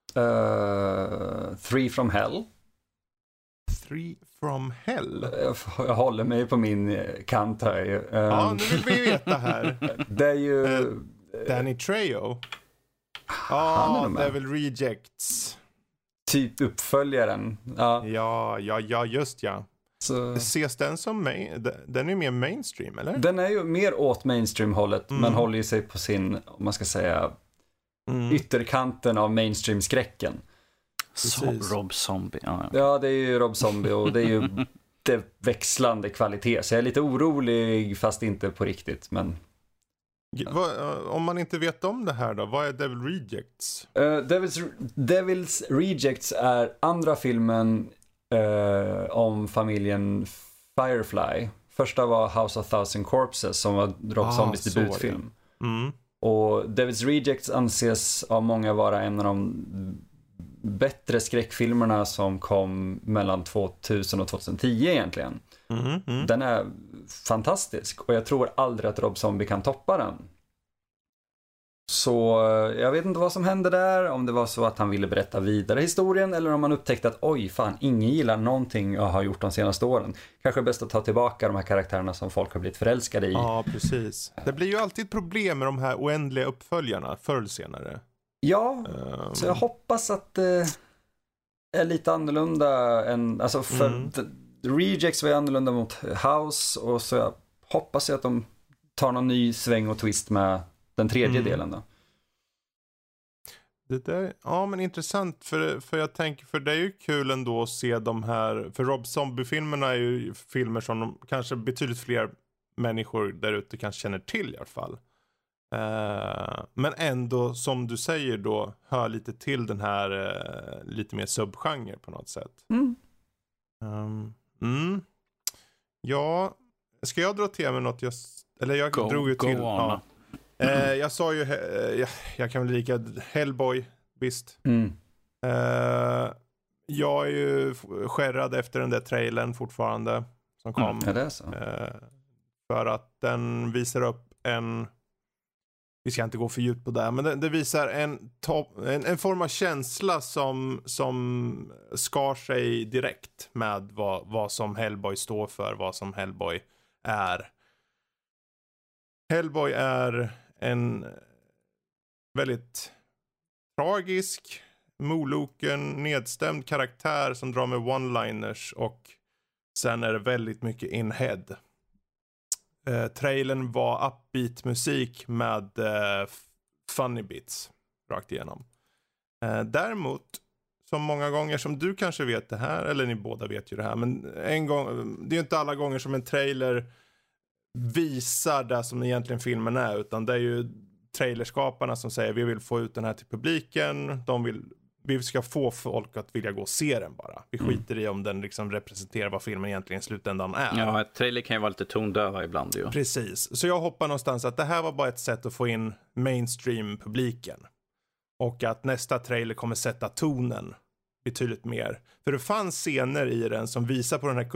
Speaker 2: 3 from Hell.
Speaker 1: 3 from Hell?
Speaker 2: Jag håller mig på min kant här.
Speaker 1: Nu vill vi veta här.
Speaker 2: Det är ju...
Speaker 1: Danny Trejo. Devil Rejects.
Speaker 2: Typ uppföljaren.
Speaker 1: Ja, just ja. Så... Ses den som den är mer mainstream, eller?
Speaker 2: Den är ju mer åt mainstream-hållet, men håller ju sig på sin, om man ska säga, ytterkanten av mainstream-skräcken.
Speaker 3: Rob Zombie.
Speaker 2: Ja, det är ju Rob Zombie och det är ju det växlande kvalitet. Så jag är lite orolig, fast inte på riktigt, men...
Speaker 1: Om man inte vet om det här då, vad är Devil Rejects?
Speaker 2: Devil's Rejects är andra filmen om familjen Firefly. Första var House of Thousand Corpses som var Rob Zombies debutfilm. Och Devil's Rejects anses av många vara en av de bättre skräckfilmerna som kom mellan 2000 och 2010 egentligen. Den är fantastisk och jag tror aldrig att Rob Zombie kan toppa den. Så jag vet inte vad som hände där, om det var så att han ville berätta vidare historien eller om han upptäckte att oj fan, ingen gillar någonting jag har gjort de senaste åren. Kanske är bäst att ta tillbaka de här karaktärerna som folk har blivit förälskade i.
Speaker 1: Ja, precis. Det blir ju alltid problem med de här oändliga uppföljarna förr eller senare.
Speaker 2: Ja, så jag hoppas att det är lite annorlunda än, alltså för Rejects var ju annorlunda mot House, och så jag hoppas att de tar någon ny sväng och twist med den tredje delen då.
Speaker 1: Det där, ja men intressant, för jag tänker, för det är ju kul ändå att se de här, för Rob Zombie-filmerna är ju filmer som de, kanske betydligt fler människor där ute kanske känner till i alla fall. Men ändå, som du säger då, hör lite till den här lite mer subgenre på något sätt. Ja, ska jag dra till med något? Jag drog ju till. Ja. Jag sa ju, jag kan väl lika Hellboy, visst. Jag är ju skärrad efter den där trailern fortfarande som kom.
Speaker 2: Ja, det är så.
Speaker 1: För att den visar upp vi ska inte gå för djupt på det, men det visar en form av känsla som skar sig direkt med vad som Hellboy står för, vad som Hellboy är. Hellboy är en väldigt tragisk, moloken, nedstämd karaktär som drar med one-liners, och sen är det väldigt mycket in-head. Trailern var upbeat musik med funny bits rakt igenom. Däremot, som många gånger, som du kanske vet det här, eller ni båda vet ju det här, men en gång, det är ju inte alla gånger som en trailer visar det som egentligen filmen är, utan det är ju trailerskaparna som säger vi vill få ut den här till publiken, vi ska få folk att vilja gå och se den bara. Vi skiter i om den liksom representerar vad filmen egentligen i slutändan är.
Speaker 3: Ja, ett trailer kan ju vara lite tondöva ibland ju.
Speaker 1: Precis, så jag hoppar någonstans att det här var bara ett sätt att få in mainstream-publiken. Och att nästa trailer kommer sätta tonen betydligt mer. För det fanns scener i den som visar på den här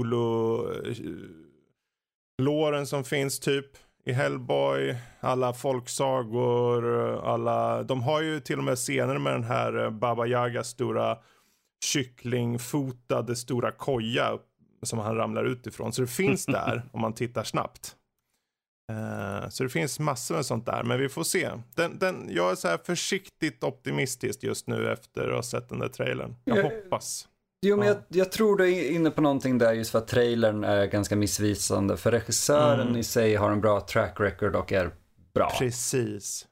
Speaker 1: Cthulhu-låren som finns typ i Hellboy, alla folksagor, de har ju till och med scener med den här Baba Yagas stora kycklingfotade stora koja som han ramlar utifrån. Så det finns där om man tittar snabbt. Så det finns massor med sånt där, men vi får se. Jag är så här försiktigt optimistisk just nu efter att ha sett den där trailern. Jag hoppas.
Speaker 2: Jo, men jag tror du är inne på någonting där, just för att trailern är ganska missvisande. För regissören i sig har en bra track record och är bra.
Speaker 1: Precis.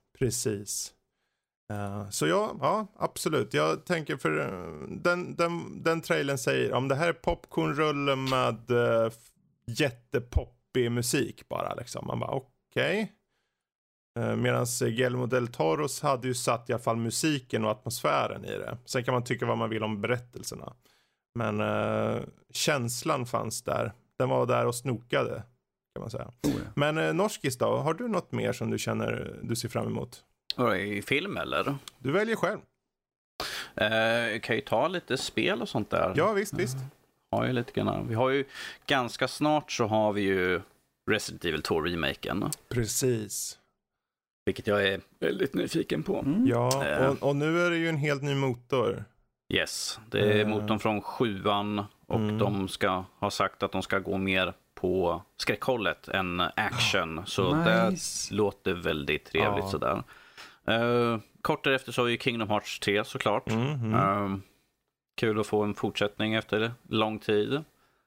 Speaker 1: Så ja, absolut. Jag tänker, för den trailern säger om det här är popcornrulle med jättepoppig musik bara liksom. Man bara okej. Medan Guillermo del Toros hade ju satt i alla fall musiken och atmosfären i det. Sen kan man tycka vad man vill om berättelserna. Men känslan fanns där. Den var där och snokade, kan man säga. Men norskis då, har du något mer som du känner du ser fram emot?
Speaker 3: I film eller?
Speaker 1: Du väljer själv.
Speaker 3: Kan ju ta lite spel och sånt där.
Speaker 1: Ja, visst.
Speaker 3: Har ju lite grann. Vi har ju ganska snart så har vi ju Resident Evil 2-remaken.
Speaker 1: Precis.
Speaker 3: Vilket jag är väldigt nyfiken på.
Speaker 1: Ja, och nu är det ju en helt ny motor.
Speaker 3: Yes, det är motorn från 7:an och de ska ha sagt att de ska gå mer på skräckhållet än action. Så det låter väldigt trevligt sådär. Kort därefter så har vi Kingdom Hearts 3 såklart. Kul att få en fortsättning efter lång tid.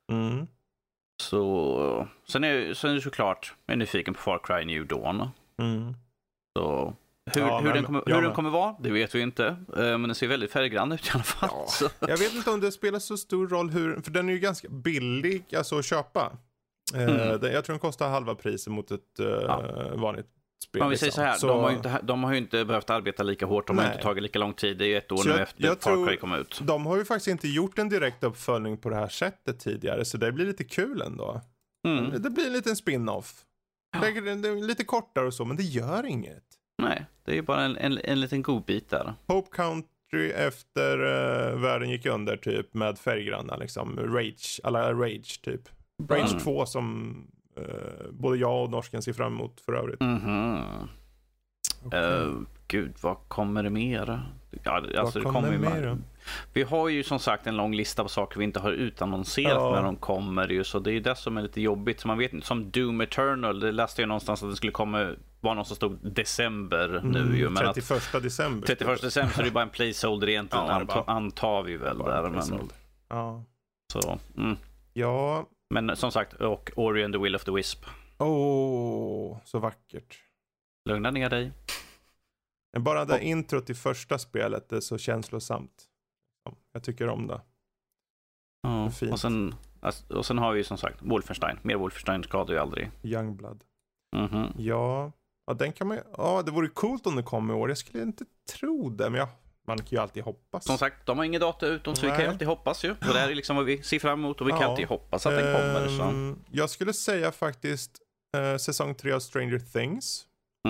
Speaker 3: Så sen är det såklart, jag är nyfiken på Far Cry New Dawn. Så hur den kommer vara, det vet vi inte. Men den ser väldigt färggrann ut i alla fall. Ja.
Speaker 1: Jag vet inte om det spelar så stor roll för den är ju ganska billig alltså, att köpa. Jag tror den kostar halva priset mot ett vanligt spel.
Speaker 3: Om vi säger så här, de har ju inte behövt arbeta lika hårt, de har inte tagit lika lång tid. Det är ju ett år nu efter Far Cry kom ut.
Speaker 1: De har ju faktiskt inte gjort en direkt uppföljning på det här sättet tidigare, så det blir lite kul ändå. Det blir en liten spin-off. Det är lite kortare och så, men det gör inget.
Speaker 3: Nej, det är ju bara en liten god bit där.
Speaker 1: Hope Country efter världen gick under typ med färggranna liksom. Rage typ. Rage 2 som både jag och norsken ser fram emot för övrigt.
Speaker 3: Gud, vad kommer det mer? Ja, alltså,
Speaker 1: vad kommer det mer?
Speaker 3: Vi har ju som sagt en lång lista på saker vi inte har utannonserat när de kommer ju, så det är ju det som är lite jobbigt. Så man vet inte, som Doom Eternal, det läste jag någonstans att det skulle vara någon som stod december nu ju. Men
Speaker 1: 31 december.
Speaker 3: 31 december, så det är bara en placeholder egentligen, antar vi väl där. Men, så,
Speaker 1: ja.
Speaker 3: Men som sagt, och Ori and the Will of the Wisp.
Speaker 1: Så vackert.
Speaker 3: Lugna ner dig.
Speaker 1: Men bara det intro till första spelet är så känslosamt. Jag tycker om det.
Speaker 3: Ja, och sen har vi ju som sagt Wolfenstein. Mer Wolfenstein skadar ju aldrig.
Speaker 1: Youngblood. Ja, den kan man. Ja, det vore coolt om det kom i år. Jag skulle inte tro det, men man kan ju alltid hoppas.
Speaker 3: Som sagt, de har ingen data utom, så vi kan ju alltid hoppas ju. Och det är liksom vad vi ser fram emot, och vi kan alltid hoppas att den kommer. Så.
Speaker 1: Jag skulle säga faktiskt säsong 3 av Stranger Things.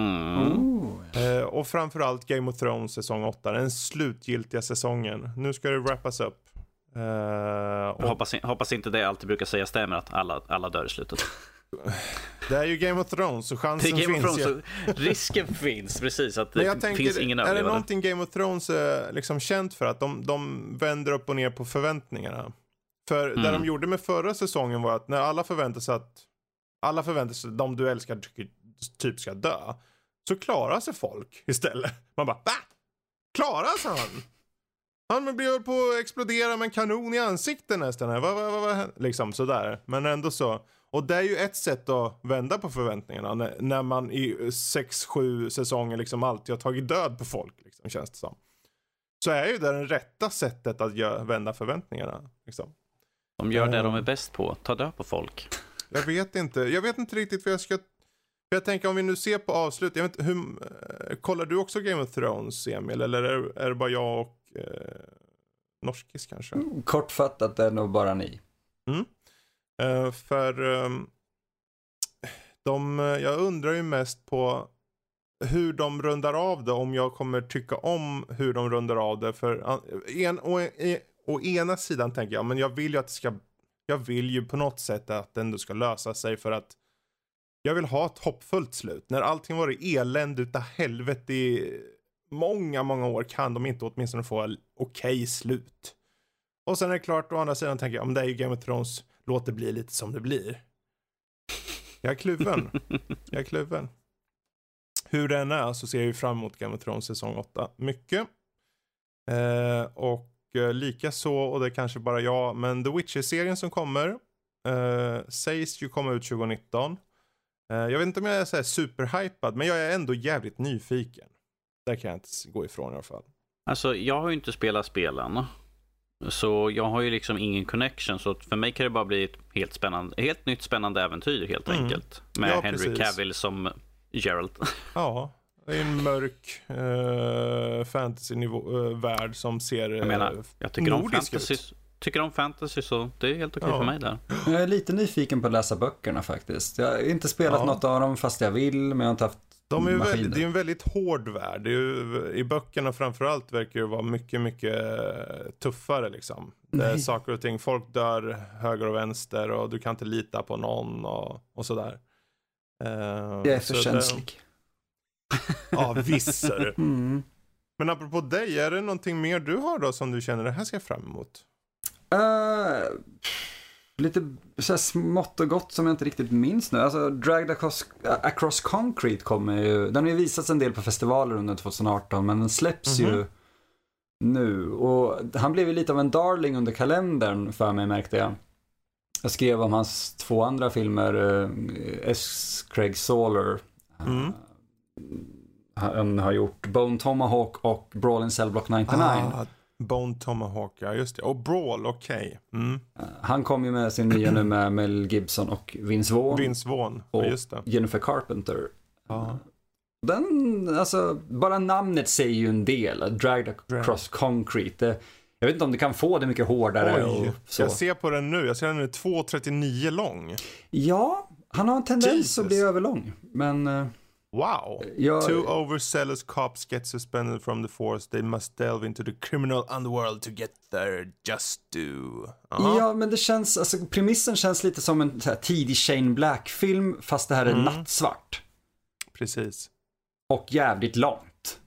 Speaker 1: Och framförallt Game of Thrones säsong 8, den slutgiltiga säsongen. Nu ska det wrappas upp.
Speaker 3: Hoppas inte det alltid brukar säga stämmer, att alla dör i slutet.
Speaker 1: Det är ju Game of Thrones, så chansen finns ju.
Speaker 3: Risken finns, precis, att det finns ingen överlevare.
Speaker 1: Är det någonting Game of Thrones är liksom känt för, att de vänder upp och ner på förväntningarna? För det de gjorde med förra säsongen var att när alla förväntar sig de du älskar typ ska dö, så klarar sig folk istället. Man bara, va? Klarar sig han? Han blir på att explodera med en kanon i ansiktet nästan här. Va? Liksom sådär. Men ändå så. Och det är ju ett sätt att vända på förväntningarna. När man i 6-7 säsonger liksom alltid har tagit död på folk. Liksom, känns det som. Så är ju det rätta sättet att vända förväntningarna. Liksom.
Speaker 3: De gör det de är bäst på. Ta död på folk.
Speaker 1: Jag vet inte riktigt vad jag ska... Jag tänker, om vi nu ser på avslut, jag vet inte, kollar du också Game of Thrones, Emil? Eller är det bara jag och Norskis kanske?
Speaker 2: Kortfattat är det nog bara ni.
Speaker 1: Jag undrar ju mest på hur de rundar av det, om jag kommer tycka om hur de rundar av det. För å ena sidan tänker jag, men jag vill ju på något sätt att det ändå ska lösa sig, för att jag vill ha ett hoppfullt slut. När allting varit elände utav helvete i många, många år, kan de inte åtminstone få ett okej slut. Och sen är det klart, å andra sidan tänker jag, om det är ju Game of Thrones, låt det bli lite som det blir. Jag är kluven. Hur den är, så ser jag ju fram emot Game of Thrones säsong 8 mycket. Och lika så, och det är kanske bara jag, men The Witcher-serien som kommer sägs ju komma ut 2019. Jag vet inte om jag är så här superhypad, men jag är ändå jävligt nyfiken. Där kan jag inte gå ifrån i alla fall.
Speaker 3: Alltså, jag har ju inte spelat spelen, så jag har ju liksom ingen connection. Så för mig kan det bara bli ett helt nytt spännande äventyr helt enkelt. Med Henry Cavill som Geralt.
Speaker 1: Ja, det är en mörk fantasy-värld som ser
Speaker 3: jag tycker om fantasy, så det är helt okej för mig där.
Speaker 2: Jag är lite nyfiken på att läsa böckerna faktiskt. Jag har inte spelat något av dem fast jag vill, men jag har inte haft
Speaker 1: det är ju en väldigt hård värld. Det är ju, i böckerna framförallt verkar det vara mycket, mycket tuffare liksom. Det är saker och ting, folk dör höger och vänster och du kan inte lita på någon och sådär.
Speaker 2: Jag är för känslig.
Speaker 1: Ja, visser. Men apropå dig, är det någonting mer du har då som du känner det här ska fram emot?
Speaker 2: Lite så här smått och gott som jag inte riktigt minns nu. Alltså Dragged Across Concrete kommer ju, den har ju visats en del på festivaler under 2018, men den släpps ju nu. Och han blev ju lite av en darling under kalendern för mig, märkte jag. Jag skrev om hans 2 andra filmer, S. Craig Solar. Han har gjort Bone Tomahawk och Brawl in Cell Block 99.
Speaker 1: Bone Tomahawk, ja just det. Och Brawl, okej.
Speaker 2: Han kom ju med sin nya nu med Mel Gibson och Vince Vaughn.
Speaker 1: Och just det.
Speaker 2: Jennifer Carpenter. Den, alltså, bara namnet säger ju en del. Dragged Across Concrete. Jag vet inte om det kan få det mycket hårdare. Och så.
Speaker 1: Jag ser på den nu. Jag ser den nu 2,39 lång.
Speaker 2: Ja, han har en tendens att bli överlång. Men...
Speaker 1: Wow. Two overzealous cops get suspended from the force. They must delve into the criminal underworld to get their just due.
Speaker 2: Ja, men det känns, alltså premissen känns lite som en så här tidig Shane Black-film, fast det här är nattsvart.
Speaker 1: Precis.
Speaker 2: och jävligt långt.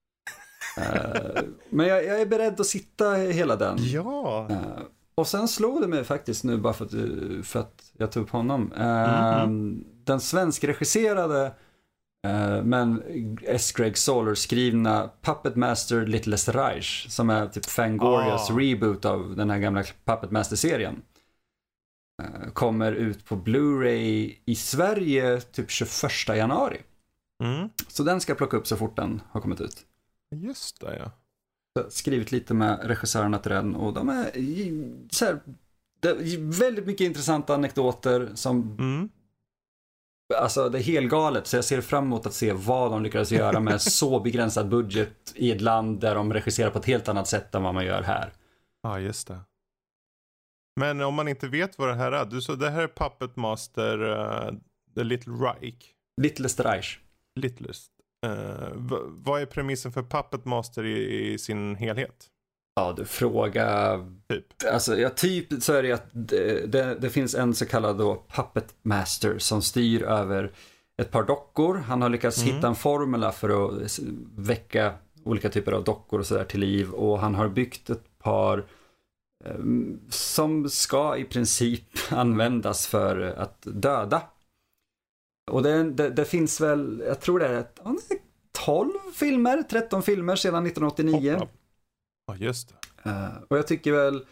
Speaker 2: Men jag är beredd att sitta hela den.
Speaker 1: Ja.
Speaker 2: Och sen slog det mig faktiskt nu bara för att jag tog upp honom. Den svenskregisserade men S. Greg Soler skrivna Puppet Master Littlest Reich, som är typ Fangorias reboot av den här gamla Puppet Master-serien, kommer ut på Blu-ray i Sverige typ 21 januari. Så den ska jag plocka upp så fort den har kommit ut.
Speaker 1: Just det, ja.
Speaker 2: Jag har skrivit lite med regissörerna till den, och de är så här, det är väldigt mycket intressanta anekdoter som alltså det är helt galet, så jag ser fram emot att se vad de lyckas göra med så begränsad budget i ett land där de regisserar på ett helt annat sätt än vad man gör här.
Speaker 1: Ja, just det. Men om man inte vet vad det här är, du sa det här är Puppet Master The Little Reich.
Speaker 2: Littlest Reich.
Speaker 1: Littlest. Vad är premissen för Puppet Master i sin helhet?
Speaker 2: Ja, du frågar
Speaker 1: typ.
Speaker 2: Alltså, typ så är det att det finns en så kallad då Puppet Master som styr över ett par dockor. Han har lyckats hitta en formula för att väcka olika typer av dockor och sådär till liv, och han har byggt ett par som ska i princip användas för att döda. Och det finns väl, jag tror det är 13 filmer sedan 1989.
Speaker 1: Ja, just det.
Speaker 2: Och jag tycker väl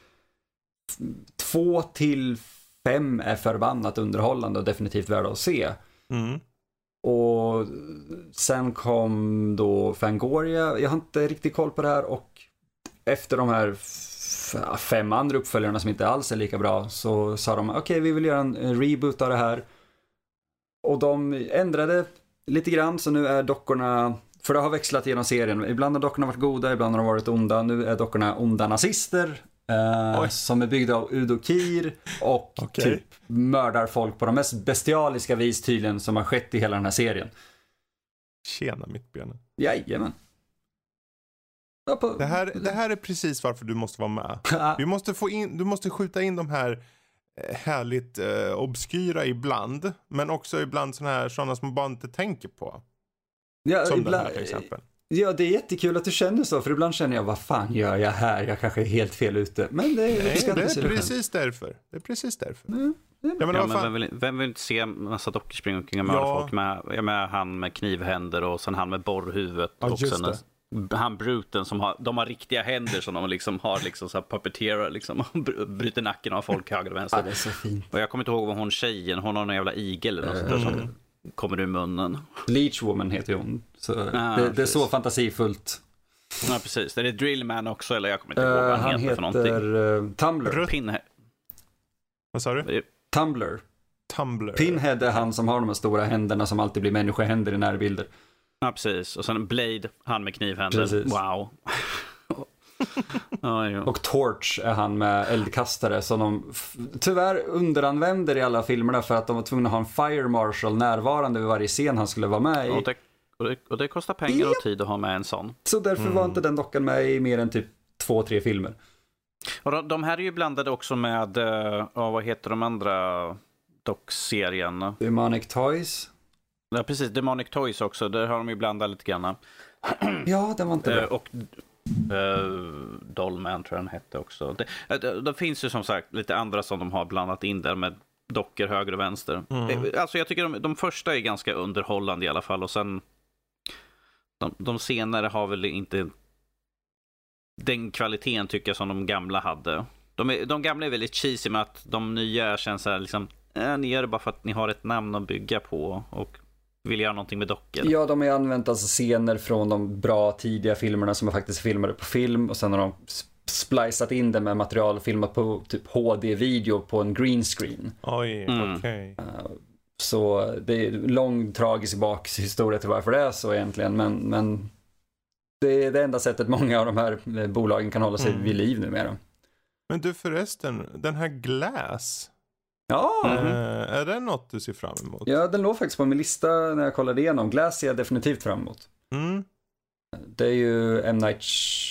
Speaker 2: 2 till 5 är förbannat underhållande och definitivt värda att se. Och sen kom då Fangoria. Jag har inte riktigt koll på det här, och efter de här 5 andra uppföljarna som inte alls är lika bra, så sa de okej, vi vill göra en reboot av det här. Och de ändrade lite grann, så nu är dockorna, för det har växlat genom serien, ibland har dockorna varit goda, ibland har de varit onda. Nu är dockorna onda nazister som är byggda av Udo Kier och typ mördar folk på de mest bestialiska vis tydligen som har skett i hela den här serien.
Speaker 1: Tjena mittbenen.
Speaker 2: Jajamän.
Speaker 1: Det här är precis varför du måste vara med. Du måste skjuta in de här härligt obskyra ibland, men också ibland sådana som man bara inte tänker på.
Speaker 2: Ja,
Speaker 1: som
Speaker 2: ibland,
Speaker 1: den här till exempel.
Speaker 2: Ja, det är jättekul att du känner så, för ibland känner jag, vad fan gör jag här? Jag kanske är helt fel ute. Men det är
Speaker 1: precis därför. Det är precis därför.
Speaker 3: Vem vill inte se en massa dockor springa omkring och mörda folk med han med knivhänder och sen han med borrhuvudet och sen han bruten som de har riktiga händer som de liksom har liksom så här puppeterar liksom och bryter nacken av folk höger och vänster.
Speaker 2: Ja, det är så fint.
Speaker 3: Och jag kommer inte ihåg vad hon tjejen, hon har någon jävla igel eller något sånt där som kommer ur munnen.
Speaker 2: Leech Woman heter hon. Så det är så fantasifullt.
Speaker 3: Ja, precis. Är det Drillman också, eller jag kommer inte ihåg vad han heter för någonting.
Speaker 2: Tumblr.
Speaker 3: Pinhead.
Speaker 1: Vad sa du?
Speaker 2: Tumblr.
Speaker 1: Tumblr.
Speaker 2: Pinhead är han som har de här stora händerna som alltid blir människohänder i närbilder.
Speaker 3: Ja, precis. Och sen Blade, han med knivhänder.
Speaker 2: Precis.
Speaker 3: Wow.
Speaker 2: Och Torch är han med eldkastare som de tyvärr underanvänder i alla filmerna för att de var tvungna att ha en fire marshal närvarande vid varje scen han skulle vara med i.
Speaker 3: Och det kostar pengar och tid att ha med en sån.
Speaker 2: Så därför var inte den dockan med i mer än typ 2-3 filmer.
Speaker 3: Och de här är ju blandade också med, vad heter de andra dockserien?
Speaker 2: Demonic Toys.
Speaker 3: Ja, precis. Demonic Toys också. Där har de ju blandat lite grann.
Speaker 2: Ja, den var inte bra.
Speaker 3: Och Dollman tror jag den hette också. Det finns ju som sagt lite andra som de har blandat in där med dockor höger och vänster. Alltså jag tycker de första är ganska underhållande i alla fall. Och sen de senare har väl inte den kvaliteten tycker jag som de gamla hade. De gamla är väldigt cheesy med att de nya känns så här liksom, ni gör det bara för att ni har ett namn att bygga på och vill göra någonting med dockor.
Speaker 2: Ja, de har använt alltså scener från de bra tidiga filmerna som är faktiskt filmade på film och sen har de splicat in det med material och filmat på typ HD-video på en green screen.
Speaker 1: Oj, okej.
Speaker 2: Så det är en lång tragisk bakhistoria till varför det är så egentligen, men det är det enda sättet många av de här bolagen kan hålla sig vid liv numera.
Speaker 1: Men du förresten, den här Glass, är det något du ser fram emot?
Speaker 2: Ja, den låg faktiskt på min lista när jag kollade igenom. Glass ser jag definitivt fram emot. Det är ju M. Night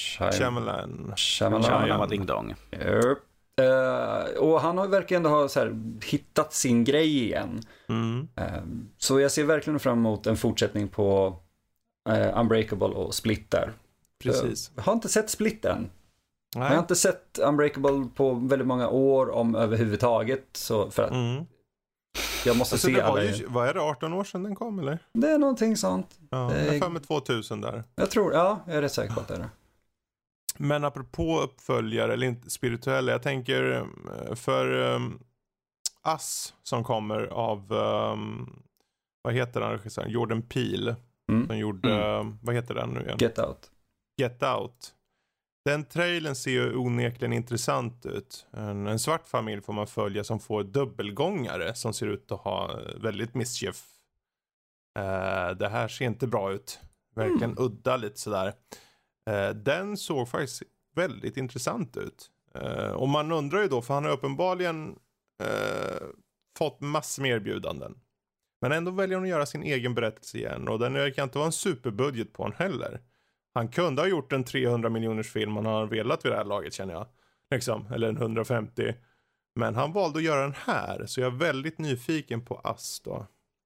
Speaker 3: Shyamalan Ding Dong.
Speaker 2: Yep. Och han verkar ändå ha så här, hittat sin grej igen. Så jag ser verkligen fram emot en fortsättning på Unbreakable och Split där.
Speaker 1: Precis.
Speaker 2: Jag har inte sett Split än.
Speaker 1: Nej.
Speaker 2: Jag har inte sett Unbreakable på väldigt många år om överhuvudtaget. Så för att jag måste se alla.
Speaker 1: Vad är det, 18 år sedan den kom eller?
Speaker 2: Det är någonting sånt.
Speaker 1: Ja, jag är för med 2000 där.
Speaker 2: Jag är rätt säker på att det är det.
Speaker 1: Men apropå uppföljare eller inte spirituella, jag tänker för Us som kommer av, vad heter den regissören? Jordan Peele. Som gjorde, vad heter den nu igen? Get Out. Den trailern ser ju onekligen intressant ut. En svart familj får man följa som får dubbelgångare som ser ut att ha väldigt mischief. Det här ser inte bra ut. Verkligen udda lite sådär. Den såg faktiskt väldigt intressant ut. Och man undrar ju då, för han har uppenbarligen fått massor med erbjudanden. Men ändå väljer han att göra sin egen berättelse igen. Och den kan inte vara en superbudget på honom heller. Han kunde ha gjort en 300 miljoners film han har velat vid det här laget, känner jag. Liksom, eller en 150. Men han valde att göra den här. Så jag är väldigt nyfiken på Us då.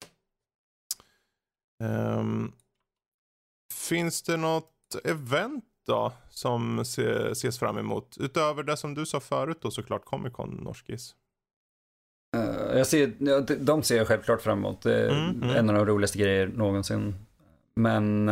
Speaker 1: Finns det något event då som ses fram emot? Utöver det som du sa förut då, såklart Comic-Con, Norskis.
Speaker 2: De ser jag självklart fram emot. Det är en av de roligaste grejer någonsin. Men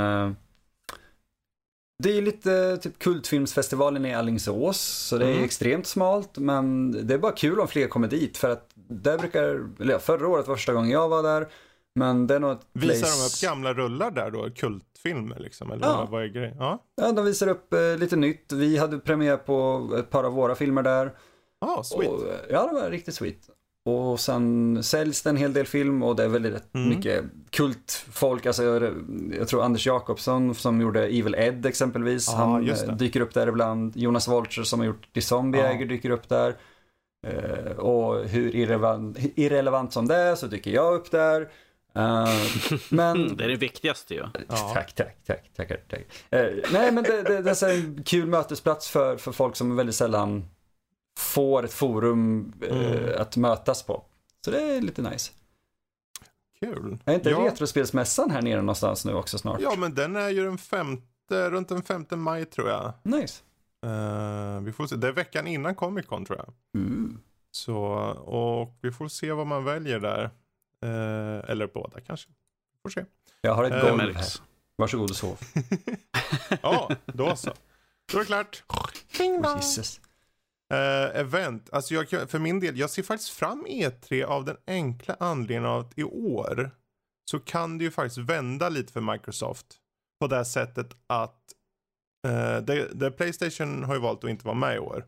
Speaker 2: det är lite typ kultfilmsfestivalen i Alingsås, så det är extremt smalt, men det är bara kul om fler kommer dit, för att där förra året var första gången jag var där, men det är nog
Speaker 1: Visar de upp gamla rullar där då, kultfilmer liksom, eller vad är grejen?
Speaker 2: Ja, de visar upp lite nytt. Vi hade premiär på ett par av våra filmer där.
Speaker 1: Sweet.
Speaker 2: Och, ja, det var riktigt sweet. Och sen säljs det en hel del film, och det är väldigt mycket kultfolk. Alltså, jag tror Anders Jakobsson som gjorde Evil Ed exempelvis, han dyker upp där ibland. Jonas Wolcher som har gjort The Zombie Äger dyker upp där. Och hur irrelevant som det är, så dyker jag upp där. Men
Speaker 3: det är det viktigaste ju.
Speaker 2: Tack. Nej, men det är en kul mötesplats för folk som väldigt sällan får ett forum att mötas på. Så det är lite nice.
Speaker 1: Kul.
Speaker 2: Är inte Retrospelsmässan här nere någonstans nu också snart?
Speaker 1: Ja, men den är ju runt den 5 maj tror jag.
Speaker 2: Nice.
Speaker 1: Vi får se. Det är veckan innan Comic-Con tror jag. Så, och vi får se vad man väljer där. Eller båda kanske. Får se.
Speaker 2: Jag har ett golv här. Varsågod och sov.
Speaker 1: Ja, då så. Då är det klart.
Speaker 2: Jesus.
Speaker 1: Event. Alltså för min del, jag ser faktiskt fram E3 av den enkla anledningen av att i år så kan det ju faktiskt vända lite för Microsoft. På det sättet att PlayStation har ju valt att inte vara med i år.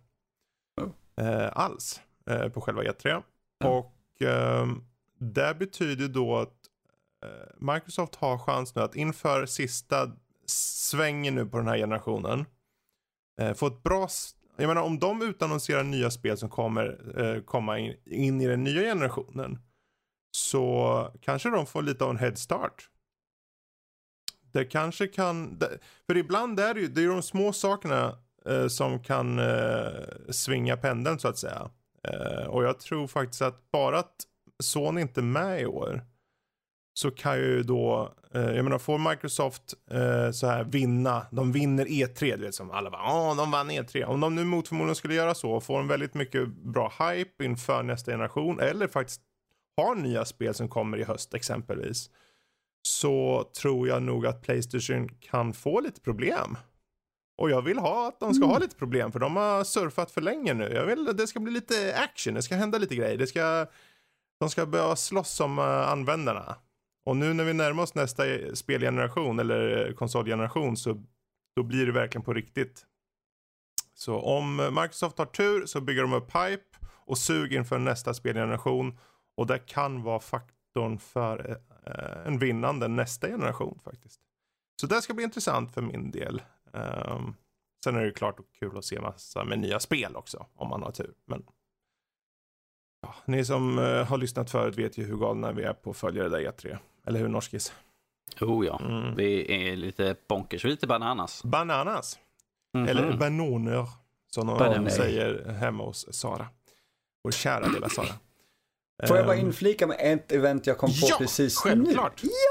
Speaker 1: Alls. På själva E3. Och det betyder då att Microsoft har chans nu att inför sista svängen nu på den här generationen få ett bra... Jag menar, om de utannonserar nya spel som kommer komma in i den nya generationen, så kanske de får lite av en head start. Det kanske kan... För ibland är det är de små sakerna som kan svinga pendeln så att säga. Och jag tror faktiskt att bara att Sony inte är med i år, så kan ju då, jag menar, får Microsoft så här vinna, de vinner E3, du vet, som alla bara, de vann E3. Om de nu mot förmodan skulle göra så och får en väldigt mycket bra hype inför nästa generation, eller faktiskt har nya spel som kommer i höst exempelvis, så tror jag nog att PlayStation kan få lite problem. Och jag vill att de ska ha lite problem, för de har surfat för länge nu. Jag vill att det ska bli lite action, det ska hända lite grejer, de ska börja slåss om användarna. Och nu när vi närmar oss nästa spelgeneration eller konsolgeneration, så då blir det verkligen på riktigt. Så om Microsoft har tur så bygger de upp hype och suger inför nästa spelgeneration. Och det kan vara faktorn för en vinnande nästa generation faktiskt. Så det ska bli intressant för min del. Sen är det klart och kul att se massa med nya spel också, om man har tur. Men ja, ni som har lyssnat förut vet ju hur galna vi är på att följa det där E3. Eller hur, Norskis?
Speaker 3: Vi är lite bonkers, lite bananas.
Speaker 1: Bananas. Eller bananer, som de säger hemma hos Sara. Vår kära lilla Sara.
Speaker 2: Får jag bara inflika med ett event jag kom på precis
Speaker 1: självklart.
Speaker 2: nu? Ja,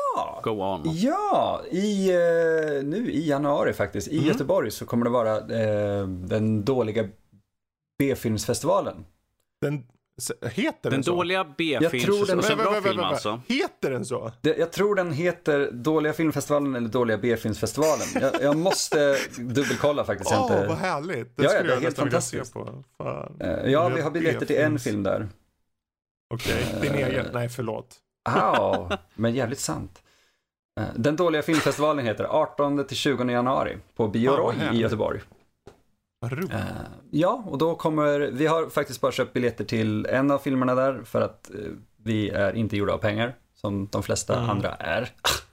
Speaker 3: Go on.
Speaker 2: Ja, nu i januari faktiskt, i Göteborg så kommer det vara den dåliga B-filmsfestivalen.
Speaker 1: Heter
Speaker 3: den
Speaker 1: så?
Speaker 3: Dåliga B-filmsfestivalen. Alltså.
Speaker 1: Heter den så?
Speaker 2: Jag tror den heter Dåliga filmfestivalen eller Dåliga B-filmsfestivalen. Jag måste dubbelkolla faktiskt.
Speaker 1: Vad härligt. Det
Speaker 2: är helt fantastiskt.
Speaker 1: På. Fan.
Speaker 2: Ja, vi har biljetter till en film där.
Speaker 1: Okej, din egen. Nej, förlåt.
Speaker 2: Men jävligt sant. Den Dåliga filmfestivalen heter 18-20 januari på Bio Roy i Göteborg. Ja, och då vi har faktiskt bara köpt biljetter till en av filmerna där för att vi är inte gjorda av pengar som de flesta andra är.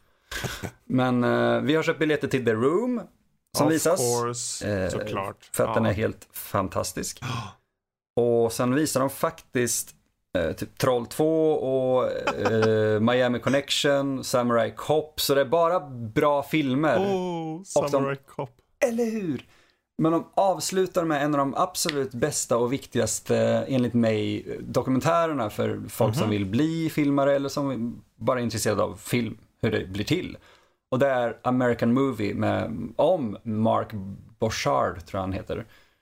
Speaker 2: Men vi har köpt biljetter till The Room som visas.
Speaker 1: Såklart.
Speaker 2: För att den är helt fantastisk. Och sen visar de faktiskt typ Troll 2 och Miami Connection, Samurai Cop, så det är bara bra filmer.
Speaker 1: Samurai Cop.
Speaker 2: Eller hur? Men de avslutar med en av de absolut bästa och viktigaste, enligt mig, dokumentärerna för folk som vill bli filmare eller som bara är intresserade av film, hur det blir till. Och det är American Movie om Mark Borchardt, tror jag han heter.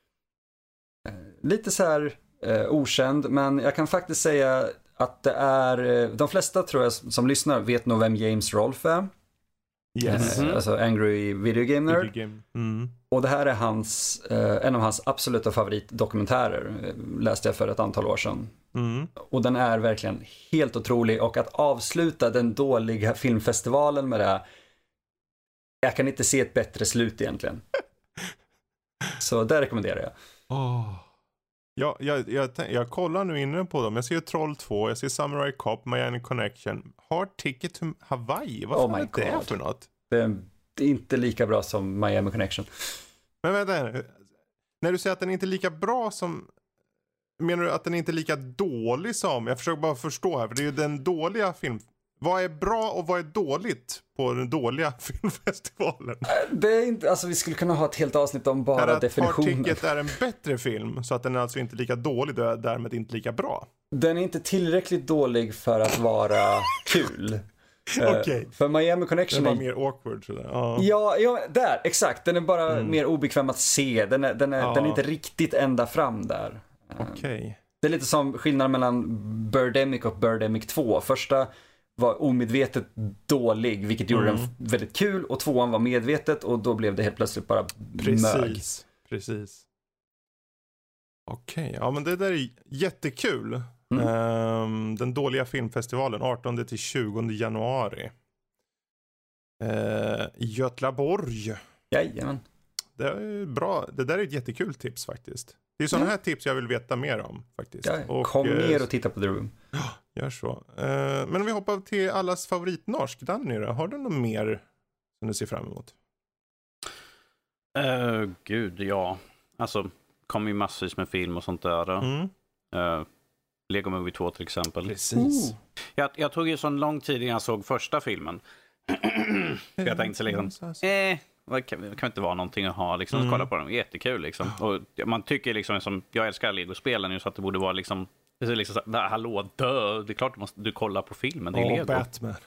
Speaker 2: Lite så här okänd, men jag kan faktiskt säga att det är, de flesta tror jag som lyssnar vet nog vem James Rolfe är.
Speaker 1: Yes.
Speaker 2: Alltså Angry Video Game Nerd. Och det här är en av hans absoluta favoritdokumentärer, läste jag för ett antal år sedan. Och den är verkligen helt otrolig, och att avsluta den dåliga filmfestivalen med det, jag kan inte se ett bättre slut egentligen. Så det rekommenderar jag.
Speaker 1: Ja, jag kollar nu inne på dem. Jag ser Troll 2, jag ser Samurai Cop, Miami Connection. Hard Ticket to Hawaii. Vad fan är det för något?
Speaker 2: Det är inte lika bra som Miami Connection.
Speaker 1: Men vänta, när du säger att den inte är lika bra som... Menar du att den inte är lika dålig som... Jag försöker bara förstå här, för det är ju den dåliga film... Vad är bra och vad är dåligt på den dåliga filmfestivalen?
Speaker 2: Det är inte, alltså vi skulle kunna ha ett helt avsnitt om bara definitionen.
Speaker 1: Hard Ticket är en bättre film, så att den är alltså inte lika dålig och därmed inte lika bra.
Speaker 2: Den är inte tillräckligt dålig för att vara kul.
Speaker 1: Okej.
Speaker 2: För Miami Connection
Speaker 1: den var mer awkward sådär.
Speaker 2: Ja, där, exakt. Den är bara mer obekväm att se. Den är inte riktigt ända fram där.
Speaker 1: Okej.
Speaker 2: Det är lite som skillnaden mellan Birdemic och Birdemic 2. Första var omedvetet dålig, vilket gjorde den väldigt kul, och tvåan var medvetet, och då blev det helt plötsligt bara mög.
Speaker 1: Precis. Okej, ja men det där är jättekul. Den dåliga filmfestivalen 18-20 januari i Göteborg.
Speaker 2: Jajamän.
Speaker 1: Det är bra. Det där är ett jättekul tips faktiskt. Det är sådana här tips jag vill veta mer om faktiskt.
Speaker 2: Ja, kom ner och titta på The Room.
Speaker 1: Gör så. Men om vi hoppar till allas favoritnorsk, Danny då, har du något mer som du ser fram emot?
Speaker 3: Gud, ja. Alltså, kommer ju massvis med film och sånt där. Lego Movie 2 till exempel.
Speaker 1: Precis.
Speaker 3: Jag tog ju så lång tid innan jag såg första filmen. Jag tänkte så liksom, det kan inte vara någonting att ha liksom, kolla på dem, jättekul liksom. Och man tycker liksom, som jag älskar Lego-spelen ju, så att det borde vara liksom, det är liksom så, hallå, dö, det är klart du kollar på filmen, det är Lego.
Speaker 1: Batman.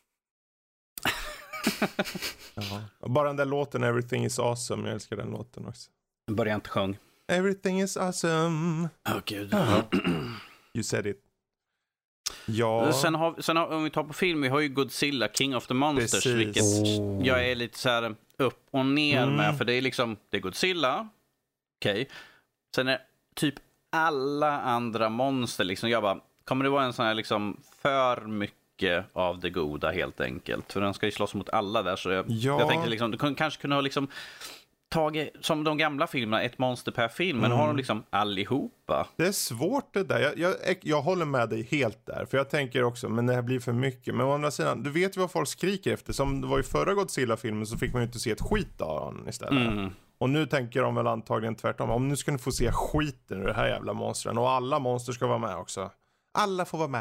Speaker 1: Bara den där låten Everything is awesome, jag älskar den låten också.
Speaker 3: Börjar inte sjung.
Speaker 1: Everything is awesome.
Speaker 3: Gud.
Speaker 1: You said it. Ja.
Speaker 3: Sen har, om vi tar på film, vi har ju Godzilla, King of the Monsters. Precis. Vilket jag är lite så här upp och ner med. För det är liksom, det är Godzilla. Okej. Sen är typ alla andra monster liksom, jag bara, kommer det vara en sån här liksom för mycket av det goda helt enkelt? För den ska ju slåss mot alla där, så jag tänkte liksom, du kanske kunde ha liksom tagit, som de gamla filmerna, ett monster per film, men har de liksom allihopa.
Speaker 1: Det är svårt det där. Jag håller med dig helt där, för jag tänker också, men det här blir för mycket. Men å andra sidan, du vet ju vad folk skriker efter. Som det var i förra Godzilla-filmen, så fick man ju inte se ett skit av honom istället. Och nu tänker de väl antagligen tvärtom. Om nu ska ni få se skiten ur det här jävla monstren. Och alla monster ska vara med också. Alla får vara med.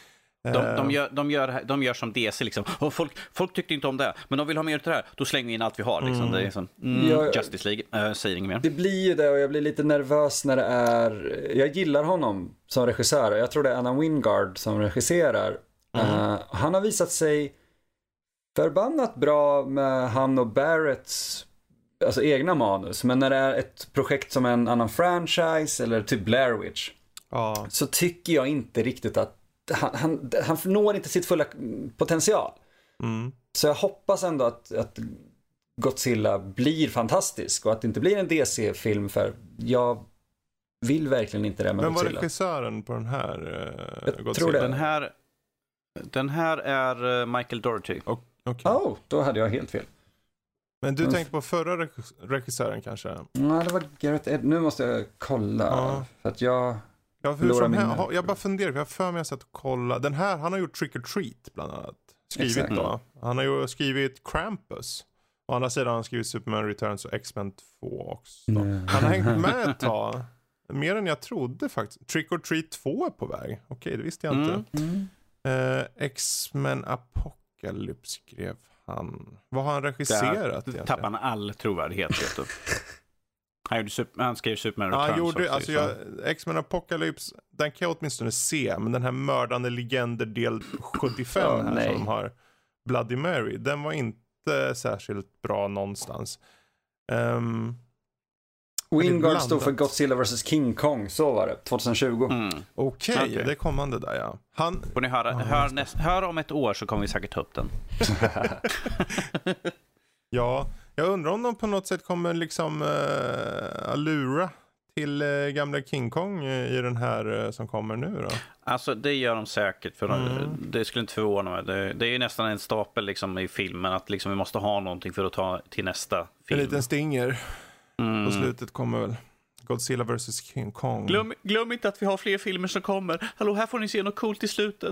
Speaker 3: De gör som DC liksom. Och folk tyckte inte om det, men de vill ha mer av det här. Då slänger vi in allt vi har liksom. Det är som, Justice League, säger inget mer.
Speaker 2: Det blir ju det, och jag blir lite nervös när det är... Jag gillar honom som regissör. Jag tror det är Anna Wingard som regisserar. Han har visat sig förbannat bra med han och Barretts alltså egna manus. Men när det är ett projekt som en annan franchise eller typ Blair Witch, så tycker jag inte riktigt att han når inte sitt fulla potential. Så jag hoppas ändå att Godzilla blir fantastisk och att det inte blir en DC-film, för jag vill verkligen inte det med Godzilla.
Speaker 1: Men var regissören på den här
Speaker 2: jag
Speaker 1: Godzilla?
Speaker 2: tror det.
Speaker 3: Den här är Michael Dougherty.
Speaker 2: Okay. Då hade jag helt fel.
Speaker 1: Men du tänkte på förra regissören kanske?
Speaker 2: Nej, det var Gareth nu måste jag kolla. För att jag
Speaker 1: jag bara funderar, för jag har för mig att kolla. Den här, han har gjort Trick or Treat bland annat. Skrivit då. Han har ju skrivit Krampus. Å andra sidan har han skrivit Superman Returns och X-Men 2 också. Han har hängt med ett tag. Mer än jag trodde faktiskt. Trick or Treat 2 är på väg. Okej, det visste jag inte. X-Men Apocalypse skrev han. Vad har han regisserat?
Speaker 3: Där tappade han all trovärdighet, vet du. Han skrev Superman Returns
Speaker 1: X-Men Apocalypse, den kan jag åtminstone se. Men den här mördande legender del 75 som de har, Bloody Mary, den var inte särskilt bra någonstans.
Speaker 2: Wingard stod för Godzilla vs. King Kong, så var det, 2020.
Speaker 1: Okej, det kommande där, ja.
Speaker 3: Får ni hör om ett år så kommer vi säkert ta upp den.
Speaker 1: Ja, jag undrar om de på något sätt kommer liksom lura till gamla King Kong i den här som kommer nu då.
Speaker 3: Alltså det gör de säkert, för det skulle inte förvåna mig. Det är ju nästan en stapel liksom i filmen att liksom vi måste ha någonting för att ta till nästa film.
Speaker 1: En liten stinger. På slutet kommer väl Godzilla vs. King Kong.
Speaker 3: Glöm inte att vi har fler filmer som kommer. Hallå, här får ni se något coolt i slutet.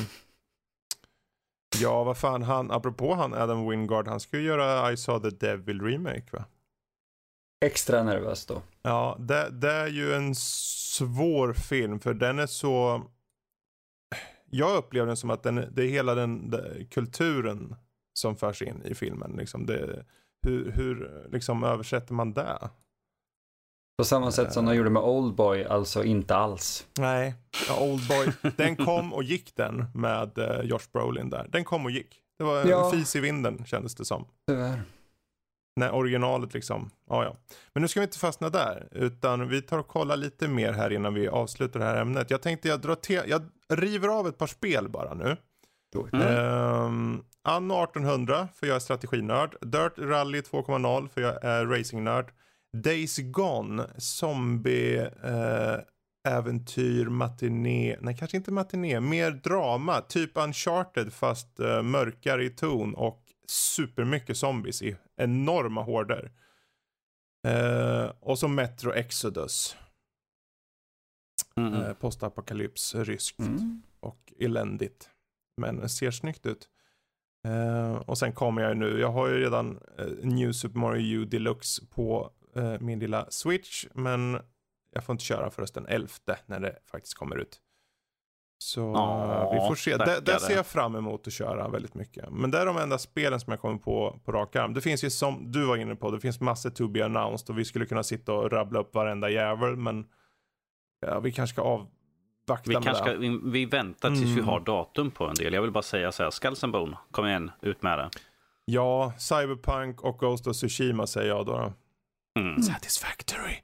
Speaker 1: Ja, vad fan, apropå Adam Wingard, han ska ju göra I Saw the Devil remake, va?
Speaker 2: Extra nervös då.
Speaker 1: Ja, det är ju en svår film, för den är så... Jag upplever den som att det är hela den kulturen som förs in i filmen. Liksom hur liksom översätter man det?
Speaker 2: På samma sätt som de gjorde med Oldboy, alltså inte alls.
Speaker 1: Nej, Oldboy, den kom och gick den med Josh Brolin där. Den kom och gick. Det var en fis i vinden, kändes det som.
Speaker 2: Tyvärr.
Speaker 1: Nej, originalet liksom. Ja. Men nu ska vi inte fastna där, utan vi tar och kollar lite mer här innan vi avslutar det här ämnet. Jag tänkte jag river av ett par spel bara nu. Anno 1800, för jag är strateginörd. Dirt Rally 2.0, för jag är racingnörd. Days Gone, zombie äventyr, matiné. Nej, kanske inte matiné, mer drama, typ Uncharted fast mörkare i ton och supermycket zombies i enorma horder. Och så Metro Exodus. Postapokalyps, ryskt och eländigt. Men ser snyggt ut. Och sen kommer jag nu. Jag har ju redan New Super Mario U Deluxe på min lilla Switch. Men jag får inte köra förresten 11 när det faktiskt kommer ut. Så vi får se. Där ser jag fram emot att köra väldigt mycket. Men det är de enda spelen som jag kommer på rak arm. Det finns ju, som du var inne på, det finns massor to be announced. Och vi skulle kunna sitta och rabbla upp varenda jävel. Men vi kanske ska avvakta
Speaker 3: vi väntar tills vi har datum på en del. Jag vill bara säga så här, Skulls and Bone, kom igen, ut med det.
Speaker 1: Ja, Cyberpunk och Ghost of Tsushima säger jag då. Satisfactory.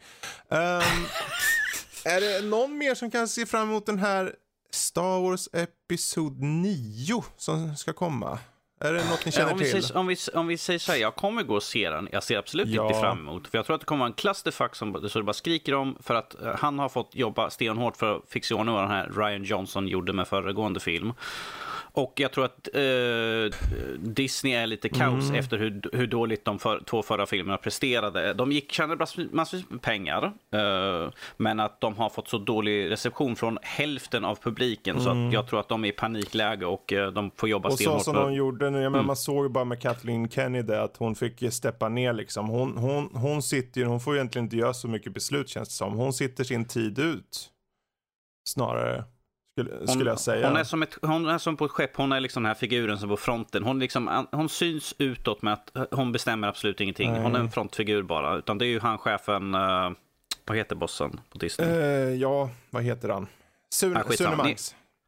Speaker 1: Är det någon mer som kan se fram emot den här Star Wars Episod 9 som ska komma? Är det något ni känner till?
Speaker 3: Om vi säger så här, jag kommer gå och se den. Jag ser absolut inte fram emot. För jag tror att det kommer vara en clusterfuck som så det bara skriker om. För att han har fått jobba stenhårt för att fixa ordning vad den här Rian Johnson gjorde med föregående film. Och jag tror att Disney är lite kaos efter hur dåligt de två förra filmerna presterade. De tjänade massor med pengar, men att de har fått så dålig reception från hälften av publiken så att jag tror att de är i panikläge och de får jobba stenhårt.
Speaker 1: Och så som de gjorde nu, man såg ju bara med Kathleen Kennedy att hon fick steppa ner liksom. Hon får ju egentligen inte göra så mycket beslut, känns det som. Hon sitter sin tid ut snarare. Skulle jag säga.
Speaker 3: Hon är som på ett skepp. Hon är liksom den här figuren som på fronten. Hon syns utåt med att hon bestämmer absolut ingenting. Hon är en frontfigur bara. Utan det är ju han chefen, vad heter bossen på Disney?
Speaker 1: Vad heter han? Sune Mangs.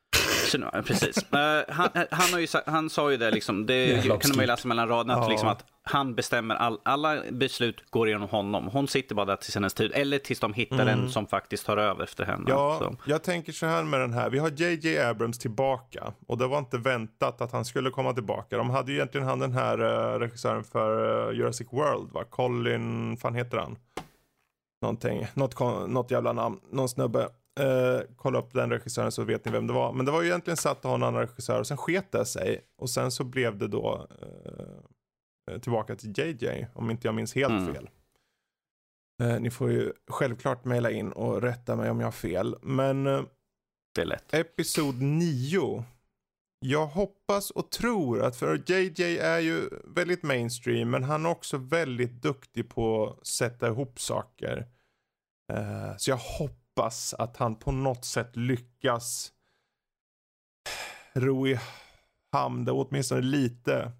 Speaker 3: Precis. Han sa ju det liksom, det kan man ju läsa mellan raderna, att, liksom, att han bestämmer, alla beslut går igenom honom. Hon sitter bara där tills hennes tid, eller tills de hittar en som faktiskt tar över efter henne.
Speaker 1: Ja,
Speaker 3: så.
Speaker 1: Jag tänker så här med den här. Vi har J.J. Abrams tillbaka, och det var inte väntat att han skulle komma tillbaka. De hade ju egentligen den här regissören för Jurassic World, va? Colin, fan heter han? Någonting, något jävla namn, någon snubbe. Kolla upp den regissören så vet ni vem det var. Men det var ju egentligen satt att ha en annan regissör, och sen sket det sig. Och sen så blev det då tillbaka till JJ, om inte jag minns helt fel. Ni får ju självklart mejla in och rätta mig om jag har fel. Men
Speaker 3: det är lätt.
Speaker 1: Episod 9. Jag hoppas och tror att, för JJ är ju väldigt mainstream, men han är också väldigt duktig på att sätta ihop saker. Så jag hoppas att han på något sätt lyckas ro i hamn det åtminstone lite.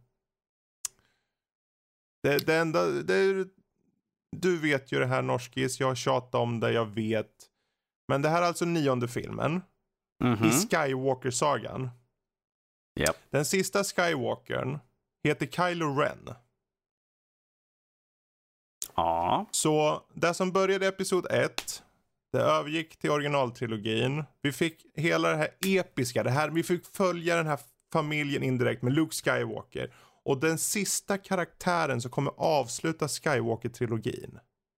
Speaker 1: Det enda, du vet ju det här, Norskis, jag har tjatat om det, jag vet. Men det här är alltså 9:e filmen i Skywalker-sagan.
Speaker 3: Yep.
Speaker 1: Den sista Skywalkern heter Kylo Ren.
Speaker 3: Ja.
Speaker 1: Så det som började i episod 1, det övergick till originaltrilogin. Vi fick hela det här episka, vi fick följa den här familjen indirekt med Luke Skywalker. Och den sista karaktären som kommer avsluta Skywalker-trilogin,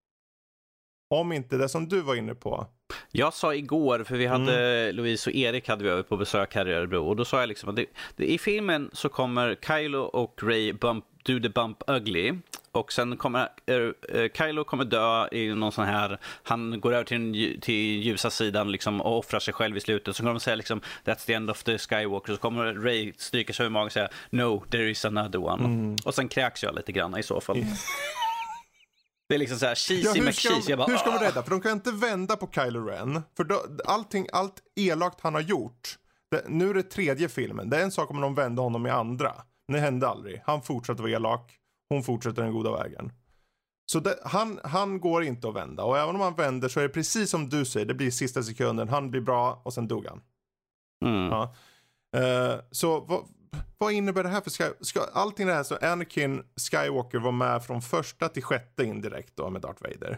Speaker 1: om inte det som du var inne på.
Speaker 3: Jag sa igår, för vi hade Louise och Erik hade vi över på besök här i Örebro, och då sa jag liksom att i filmen så kommer Kylo och Rey do the bump ugly, och sen kommer Kylo kommer dö i någon sån här, han går över till ljusa sidan liksom, och offrar sig själv i slutet. Så kommer de säga liksom, that's the end of the Skywalker, så kommer Rey stryka sig i magen och säga no, there is another one. Och sen kräks jag lite grann i så fall. Det är liksom så här cheesy McCheese.
Speaker 1: Hur ska vi rädda? För de kan inte vända på Kylo Ren. För då, allt elakt han har gjort. Nu är det 3:e filmen. Det är en sak om de vände honom i andra. Men det hände aldrig. Han fortsätter vara elak. Hon fortsätter den goda vägen. Så han går inte att vända. Och även om han vänder så är det precis som du säger. Det blir sista sekunden. Han blir bra och sen dog han. Ja. Så vad innebär det här? För ska allting det här, så Anakin Skywalker var med från 1:a till 6:e indirekt då med Darth Vader.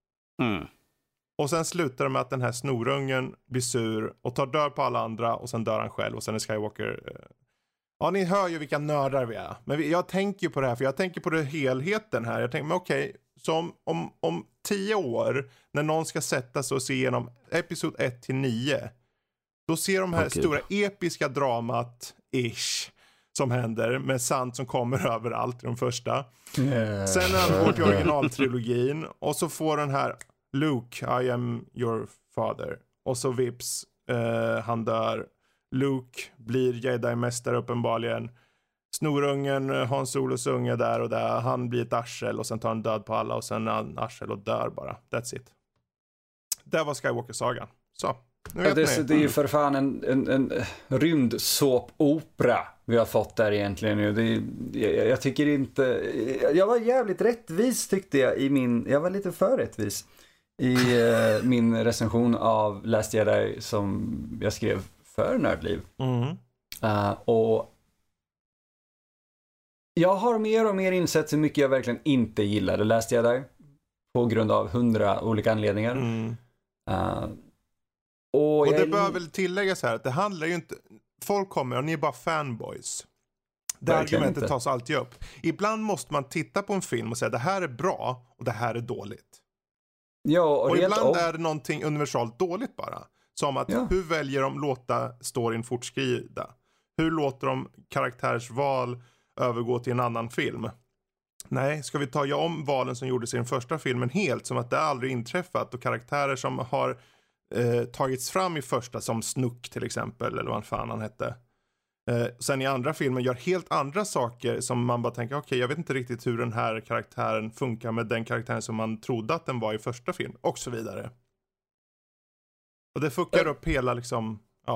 Speaker 1: Och sen slutar det med att den här snorungen blir sur och tar död på alla andra, och sen dör han själv, och sen är Skywalker... Ja, ni hör ju vilka nördar vi är. Men jag tänker på det här, för jag tänker på det helheten här. Jag tänker, men okej, så om 10 år, när någon ska sätta sig och se igenom episod 1-9, då ser de här stora episka dramat-ish som händer, med sand som kommer överallt i de första. Sen är han till originaltrilogin, och så får den här Luke, I am your father. Och så vips, han dör. Luke blir Jedi-mästare uppenbarligen. Snorungen, Han Solos unge där och där. Han blir ett arsel, och sen tar han död på alla, och sen är han arsel och dör bara. That's it. Det var Skywalker-sagan. Så. Det
Speaker 2: är ju för fan en rymdsåpopera vi har fått där egentligen. Jag tycker inte... Jag var jävligt rättvis, tyckte jag, jag var lite för rättvis i min recension av Last Jedi som jag skrev för Nördliv. Och jag har mer och mer insett hur mycket jag verkligen inte gillade Last Jedi på grund av 100 olika anledningar. Och
Speaker 1: det bör väl tilläggas här att det handlar ju inte... Folk kommer och ni är bara fanboys. Det argumentet tas alltid upp. Ibland måste man titta på en film och säga det här är bra och det här är dåligt.
Speaker 2: Ja,
Speaker 1: och ibland är det någonting universalt dåligt bara. Som att hur väljer de låta storyn fortskrida? Hur låter de karaktärs val övergå till en annan film? Nej, ska vi ta om valen som gjordes i den första filmen helt, som att det aldrig inträffat, och karaktärer som har tagits fram i första, som Snook till exempel, eller vad fan han hette. Sen i andra filmen gör helt andra saker som man bara tänker, okej, jag vet inte riktigt hur den här karaktären funkar med den karaktären som man trodde att den var i första film, och så vidare. Och det fuckar upp hela liksom,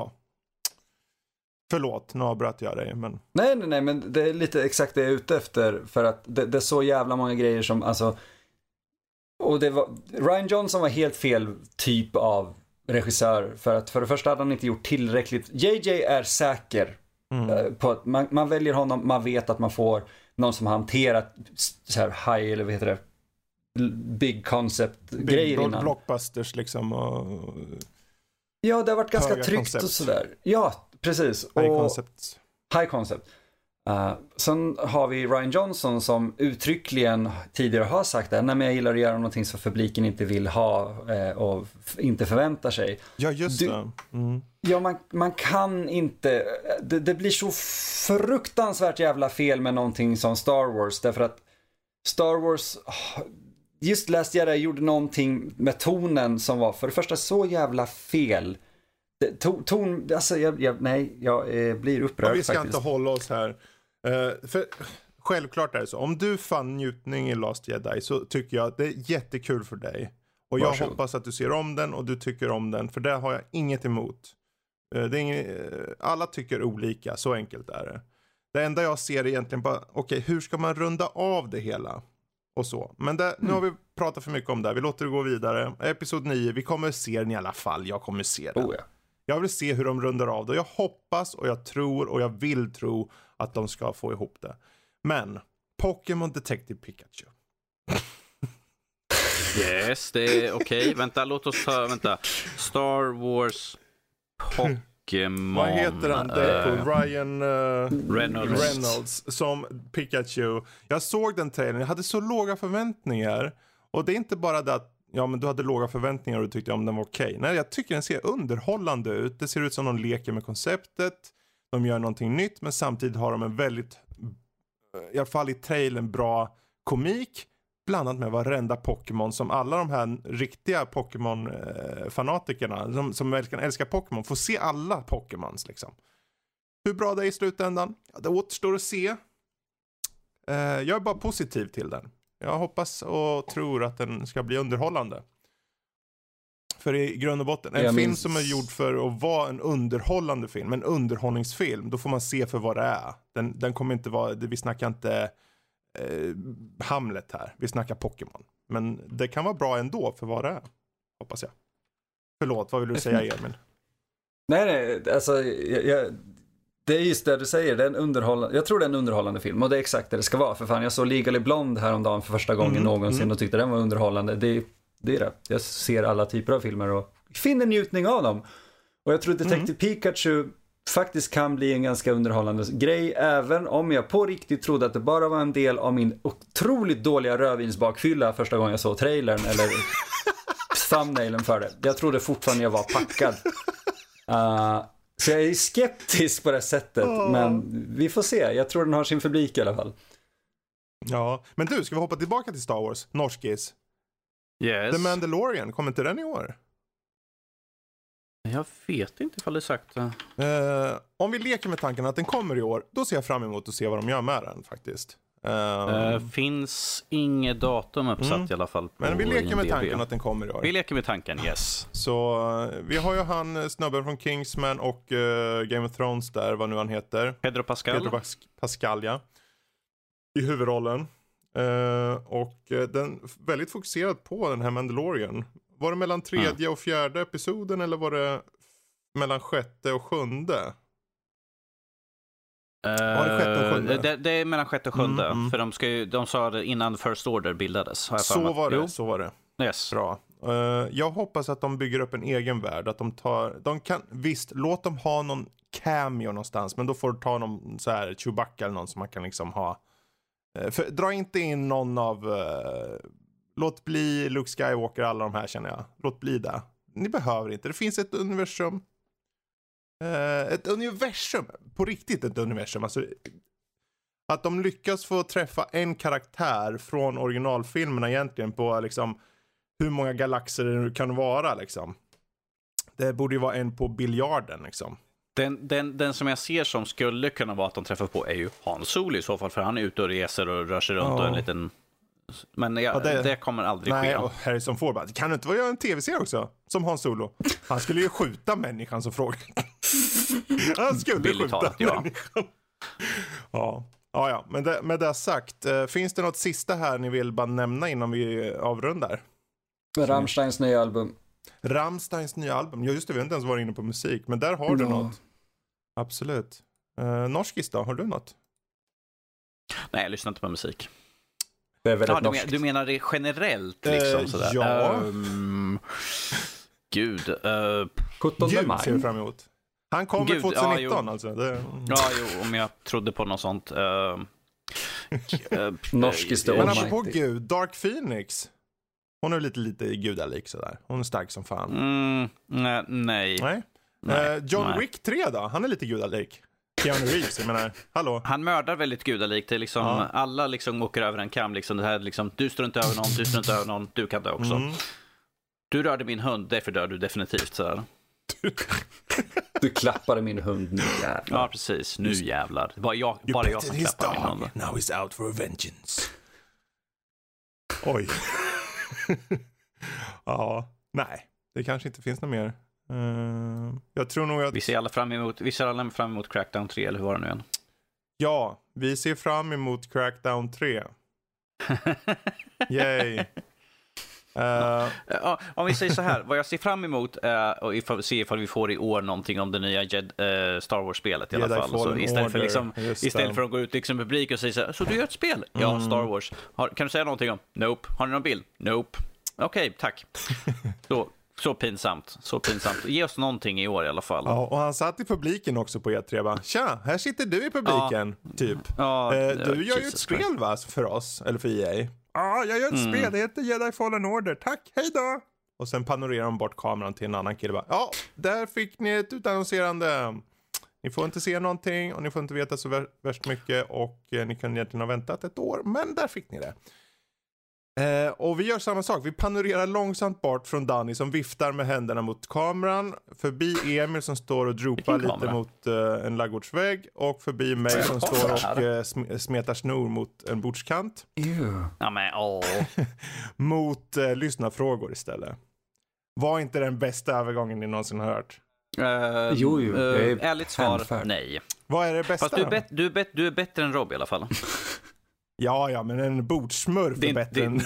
Speaker 1: förlåt, nu avbröt jag dig, men...
Speaker 2: Nej, men det är lite exakt det jag är ute efter, för att det är så jävla många grejer som, alltså... Och det var... Rian Johnson var helt fel typ av regissör, för att för det första hade han inte gjort tillräckligt. JJ är säker på att man väljer honom, man vet att man får någon som hanterat så här high, eller vad heter det, big concept grejer innan.
Speaker 1: Blockbusters liksom. Och
Speaker 2: ja, det har varit ganska tryggt
Speaker 1: concept.
Speaker 2: Och sådär. Ja, precis. High concept. Sen har vi Rian Johnson som uttryckligen tidigare har sagt att nej, men jag gillar att göra någonting som publiken inte vill ha och inte förväntar sig.
Speaker 1: Ja, just det.
Speaker 2: Ja, man kan inte. Det blir så fruktansvärt jävla fel med någonting som Star Wars, därför att Star Wars, just Last Jedi gjorde någonting med tonen som var för det första så jävla fel. Alltså jag blir upprörd.
Speaker 1: Vi ska
Speaker 2: faktiskt.
Speaker 1: inte hålla oss här. För självklart är det så. Om du fann njutning i Last Jedi så tycker jag att det är jättekul för dig. Och jag hoppas att du ser om den och du tycker om den. För det har jag inget emot. Alla tycker olika, så enkelt är det. Det enda jag ser är egentligen bara, okej, hur ska man runda av det hela? Och så. Men nu har vi pratat för mycket om det här. Vi låter det gå vidare. Episod 9, vi kommer se den i alla fall. Jag kommer se den.
Speaker 2: Ja.
Speaker 1: Jag vill se hur de rundar av det. Jag hoppas och jag tror och jag vill tro att de ska få ihop det. Men Pokémon Detective Pikachu.
Speaker 3: Yes, det är okej. Vänta, låt oss vänta. Star Wars Pokémon.
Speaker 1: Vad heter han? Ryan Reynolds som Pikachu. Jag såg den trailern. Jag hade så låga förväntningar. Och det är inte bara det att men du hade låga förväntningar och du tyckte om den var okej. Nej, jag tycker den ser underhållande ut. Det ser ut som de leker med konceptet. De gör någonting nytt, men samtidigt har de en väldigt, i alla fall i trailern, bra komik. Blandat med varenda Pokémon, som alla de här riktiga Pokémon-fanatikerna som verkligen älskar Pokémon får se alla Pokémons liksom. Hur bra det är i slutändan? Ja, det återstår att se. Jag är bara positiv till den. Jag hoppas och tror att den ska bli underhållande. För i grund och botten, en film som är gjord för att vara en underhållande film, en underhållningsfilm, då får man se för vad det är. Den kommer inte vara, vi snackar inte Hamlet här, vi snackar Pokémon. Men det kan vara bra ändå för vad det är, hoppas jag. Förlåt, vad vill du säga, Emil?
Speaker 2: Nej, alltså det är just det du säger, det är en underhållande, jag tror det är en underhållande film och det är exakt det ska vara. För fan, jag såg Legally Blonde häromdagen för första gången någonsin och tyckte den var underhållande. Det är det. Jag ser alla typer av filmer och finner njutning av dem. Och jag tror Detective Pikachu faktiskt kan bli en ganska underhållande grej, även om jag på riktigt trodde att det bara var en del av min otroligt dåliga rödvinsbakfylla första gången jag såg trailern eller thumbnailen för det. Jag trodde fortfarande jag var packad. Så jag är skeptisk på det sättet, men vi får se. Jag tror den har sin publik i alla fall. Ja,
Speaker 1: men du, ska vi hoppa tillbaka till Star Wars? Norskis.
Speaker 3: Yes.
Speaker 1: The Mandalorian, kommer inte den i år?
Speaker 3: Jag vet inte ifall det är sagt.
Speaker 1: Om vi leker med tanken att den kommer i år, då ser jag fram emot att se vad de gör med den faktiskt.
Speaker 3: Finns inget datum uppsatt i alla fall.
Speaker 1: Men vi leker med tanken att den kommer i år.
Speaker 3: Vi leker med tanken, yes.
Speaker 1: Så vi har ju han snubben från Kingsman och Game of Thrones där, vad nu han heter.
Speaker 3: Pedro
Speaker 1: Pascal, ja. I huvudrollen. Och den väldigt fokuserad på den här Mandalorian. Var det mellan 3:e och 4:e episoden eller var det mellan 6:e och 7:e?
Speaker 3: Det är mellan 6:e och 7:e. För de sa det innan First Order bildades.
Speaker 1: Så var det.
Speaker 3: Yes.
Speaker 1: Bra. Jag hoppas att de bygger upp en egen värld. Att visst, låt dem ha någon cameo någonstans. Men då får du ta någon så här Chewbacca eller någon som man kan liksom ha. Dra inte in någon av... låt bli Luke Skywalker, alla de här känner jag. Låt bli det. Ni behöver inte. Det finns ett universum. På riktigt ett universum. Alltså, att de lyckas få träffa en karaktär från originalfilmerna egentligen på liksom hur många galaxer det kan vara liksom. Det borde ju vara en på biljarden liksom.
Speaker 3: Den som jag ser som skulle kunna vara att de träffar på är ju Han Solo i så fall, för han är ute och reser och rör sig runt och en liten... Men det kommer aldrig ske.
Speaker 1: Nej, och Harrison Ford bara, kan du inte göra en tv-serie också? Som Han Solo. Han skulle ju skjuta människan som frågar. Han skulle skjuta människan. Ja. Men med det sagt, finns det något sista här ni vill bara nämna innan vi avrundar?
Speaker 2: Rammsteins nya album.
Speaker 1: Rammsteins nya album. Ja, just det, vi har inte ens varit inne på musik. Men där har du något. Absolut. Norskis då, har du något?
Speaker 3: Nej, jag lyssnar inte på musik.
Speaker 2: Det är väldigt norskt.
Speaker 3: Du menar det generellt liksom sådär?
Speaker 1: Ja.
Speaker 3: Gud.
Speaker 2: 17
Speaker 1: Gud
Speaker 2: maj.
Speaker 1: ser vi fram emot. Han kommer 2019 alltså.
Speaker 3: Ja, jo, om jag trodde på något sånt.
Speaker 2: Norskis då.
Speaker 1: Men apropå Gud, Dark Phoenix. Hon är lite gudalik sådär. Hon är stark som fan.
Speaker 3: Nej.
Speaker 1: John Wick 3 då? Han är lite gudalik. Keanu Reeves, jag menar, hallå.
Speaker 3: Han mördar väldigt gudalikt. Det är liksom, alla liksom åker över en kam. Liksom, det här, liksom, du står inte över någon, du står inte över någon, du kan dö också. Du rörde min hund, därför dör du definitivt. Så
Speaker 2: Du klappade min hund nu, jävlar.
Speaker 3: Ja, precis. Nu jävlar. Bara jag som klappar min hund.
Speaker 1: Now he's out for vengeance. Oj. Ja, nej. Det kanske inte finns något mer. Jag tror nog att...
Speaker 3: Vi ser alla fram emot Crackdown 3, eller hur var det nu igen?
Speaker 1: Ja, vi ser fram emot Crackdown 3. Yay.
Speaker 3: Om vi säger så här, vad jag ser fram emot och se ifall vi får i år någonting om det nya Star Wars-spelet i alla fall. Så istället för att gå ut liksom publik och säga så här, så du gör ett spel? Ja, Star Wars. Kan du säga någonting om? Nope. Har ni någon bild? Nope. Okej, tack. Så pinsamt. Ge oss någonting i år i alla fall.
Speaker 1: Ja, och han satt i publiken också på E3 va? Tja, här sitter du i publiken, typ. Du gör ju ett spel va, för oss, eller för EA. Jag gör ett spel, det heter Jedi Fallen Order. Tack, hej då! Och sen panorerar de bort kameran till en annan kille. Ja, där fick ni ett utannonserande. Ni får inte se någonting och ni får inte veta så värst mycket. Och ni kunde egentligen ha väntat ett år, men där fick ni det. Och vi gör samma sak. Vi panorerar långsamt bort från Danny som viftar med händerna mot kameran. Förbi Emil som står och dropar lite mot en laggårdsvägg. Och förbi mig som står och smetar snor mot en bordskant.
Speaker 3: Ja, men,
Speaker 1: mot lyssnarfrågor istället. Var inte den bästa övergången ni någonsin har hört?
Speaker 3: Ärligt svar, nej.
Speaker 1: Vad är det bästa?
Speaker 3: Fast du är bättre än Rob i alla fall.
Speaker 1: Ja, men en bordsmurf är bättre än...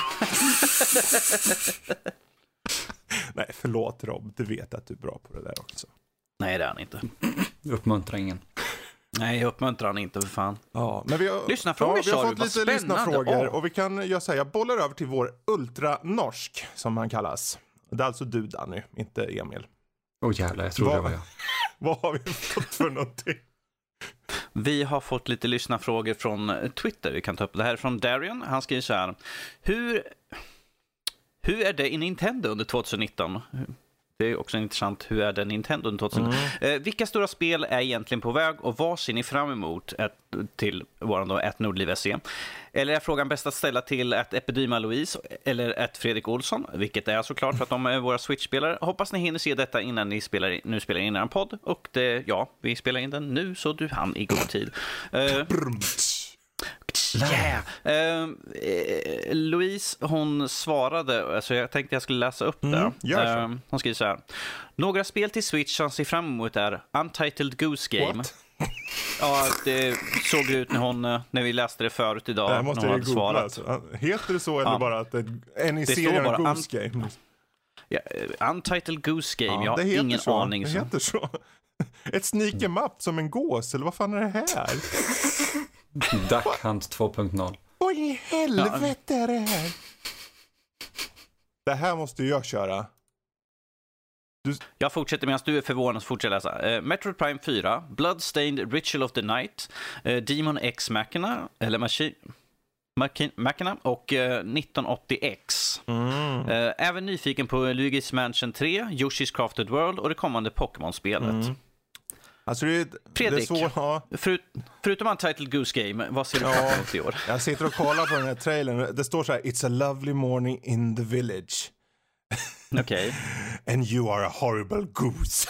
Speaker 1: Nej, förlåt Rob. Du vet att du är bra på det där också.
Speaker 3: Nej, det är han inte.
Speaker 2: Uppmuntrar ingen.
Speaker 3: Nej, jag uppmuntrar han inte för fan.
Speaker 1: Ja, men vi har fått lite lyssnarfrågor. Och vi kan, jag bollar över till vår ultranorsk, som han kallas. Det är alltså du, Danny, inte Emil.
Speaker 2: Jävlar, jag tror det var jag.
Speaker 1: Vad har vi fått för någonting?
Speaker 3: Vi har fått lite lyssnarfrågor från Twitter. Vi kan ta upp det här från Darian. Han skriver så här. Hur är det i Nintendo under 2019? Det är också intressant. Hur är det Nintendo under 2019? Vilka stora spel är egentligen på väg och vad ser ni fram emot till våran @Nordliv.se? Eller är frågan bäst att ställa till @Epidima Louise eller @Fredrik Olsson, vilket är såklart för att de är våra Switch-spelare. Hoppas ni hinner se detta innan ni spelar in en podd. Och vi spelar in den nu så du hann i god tid. Louise, hon svarade, alltså jag tänkte jag skulle läsa upp det. Hon skriver så här. Några spel till Switch som ser fram emot är Untitled Goose Game.
Speaker 1: What?
Speaker 3: Ja, det såg ut när vi läste det förut idag.
Speaker 1: Det måste jag googla. Alltså. Heter det så eller bara att det är i serien Goose Game?
Speaker 3: Untitled Goose Game, jag har ingen aning.
Speaker 1: Det heter så. Ett sneak em up som en gås, eller vad fan är det här?
Speaker 2: Duck Hunt 2.0.
Speaker 1: Vad i helvete är det här? Det här måste jag köra.
Speaker 3: Jag fortsätter medan du är förvånad, så fortsätter läsa. Metroid Prime 4, Bloodstained Ritual of the Night, Demon X Machina, eller Machina och 1980X. Även nyfiken på Luigi's Mansion 3, Yoshi's Crafted World och det kommande Pokémon-spelet.
Speaker 1: Alltså Fredrik, det är så,
Speaker 3: förutom Untitled Goose Game, vad ser du fram emot i år?
Speaker 1: Jag sitter och kollar på den här trailern. Det står så här: It's a lovely morning in the village.
Speaker 3: Okej.
Speaker 1: And you are a horrible goose.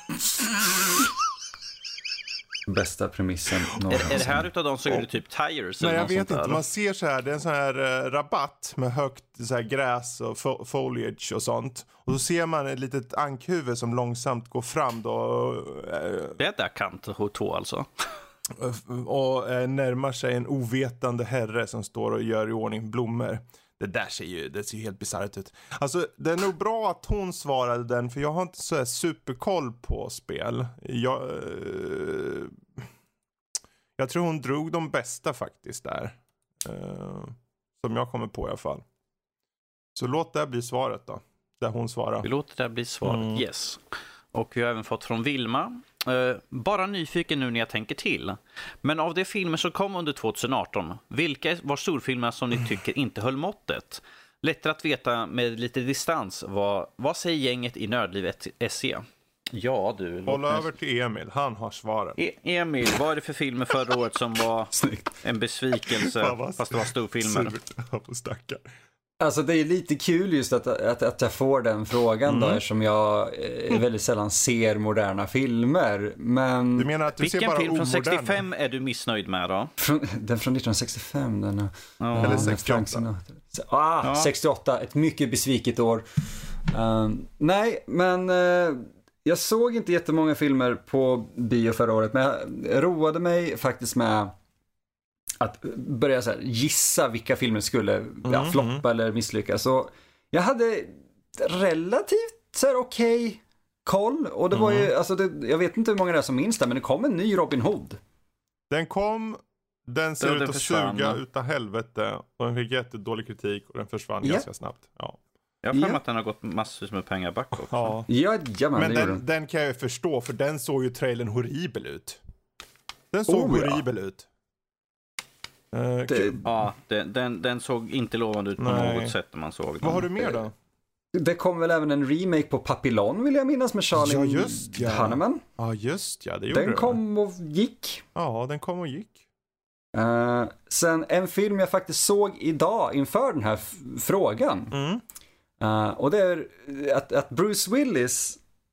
Speaker 2: Bästa premissen.
Speaker 3: Är det här utav dem så är det typ tires?
Speaker 1: Nej, jag vet inte. Man ser så här, det är en sån här rabatt med högt så här gräs och foliage och sånt. Och så ser man ett litet ankhuvud som långsamt går fram då.
Speaker 3: Det är där kant H2 alltså.
Speaker 1: Och närmar sig en ovetande herre som står och gör i ordning blommor. det ser ju helt bisarrt ut. Alltså, det är nog bra att hon svarade den, för jag har inte så här superkoll på spel. Jag tror hon drog de bästa faktiskt där. Som jag kommer på i alla fall. Så låt det bli svaret då. Där hon svarar.
Speaker 3: Vi låter det bli svaret, yes. Och vi har även fått från Vilma. Bara nyfiken nu när jag tänker till. Men av de filmer som kom under 2018, vilka var storfilmer som ni tycker inte höll måttet? Lättare att veta med lite distans. Vad säger gänget i Nördlivet SE? Ja, du.
Speaker 1: Håll över till Emil, han har svaren.
Speaker 3: Emil, vad är det för filmer förra året som var en besvikelse fast det var storfilmer?
Speaker 1: Stackar.
Speaker 2: Alltså det är lite kul just att jag får den frågan då, eftersom jag väldigt sällan ser moderna filmer. Men
Speaker 1: du menar att du
Speaker 3: vilken
Speaker 1: ser bara
Speaker 3: film från
Speaker 1: omoderna?
Speaker 3: 65 är du missnöjd med då?
Speaker 2: Den från 1965, den
Speaker 1: eller 68.
Speaker 2: 68, ett mycket besviket år. Nej, men jag såg inte jättemånga filmer på bio förra året, men jag roade mig faktiskt med att börja så här, gissa vilka filmer skulle floppa eller misslyckas. Så jag hade relativt så här okej koll. Och det var ju, alltså jag vet inte hur många det är som minns det, men det kom en ny Robin Hood.
Speaker 1: Den ser ut att suga utan helvete. Och den fick jättedålig kritik och den försvann ganska snabbt. Ja.
Speaker 3: Jag har för mig att den har gått massvis med pengar back också.
Speaker 2: Men
Speaker 1: den kan jag ju förstå, för den såg ju trailern horribel ut. Den såg horribel ut.
Speaker 3: Den såg inte lovande ut på något sätt när man såg den.
Speaker 1: Vad har du mer då?
Speaker 2: Det kom väl även en remake på Papillon, vill jag minnas, med Charlie Hunnam.
Speaker 1: Ja, just det gjorde
Speaker 2: den kom och gick.
Speaker 1: Ja, den kom och gick.
Speaker 2: Sen en film jag faktiskt såg idag inför den här frågan. Och det är att Bruce Willis,